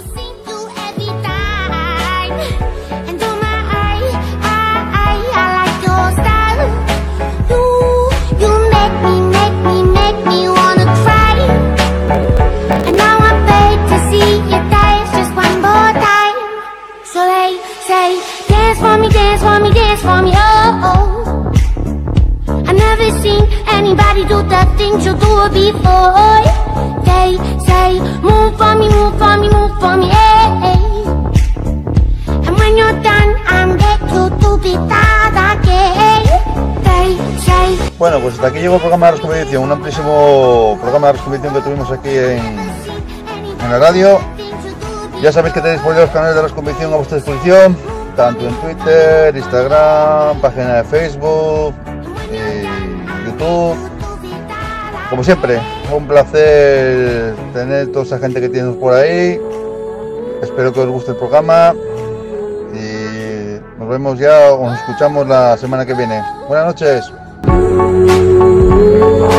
Anybody do the things you do before. They say, move for me, move for me, move for me, hey. And when you're done, I'm get you to be that again. They say. Bueno, pues hasta aquí llegó el programa de Arras Competición, un amplísimo programa de Arras Competición que tuvimos aquí en, en la radio. Ya sabéis que tenéis por ahí los canales de Arras Competición a vuestra disposición, tanto en Twitter, Instagram, página de Facebook, eh, YouTube. Como siempre, un placer tener toda esa gente que tienes por ahí. Espero que os guste el programa y nos vemos ya o nos escuchamos la semana que viene. Buenas noches.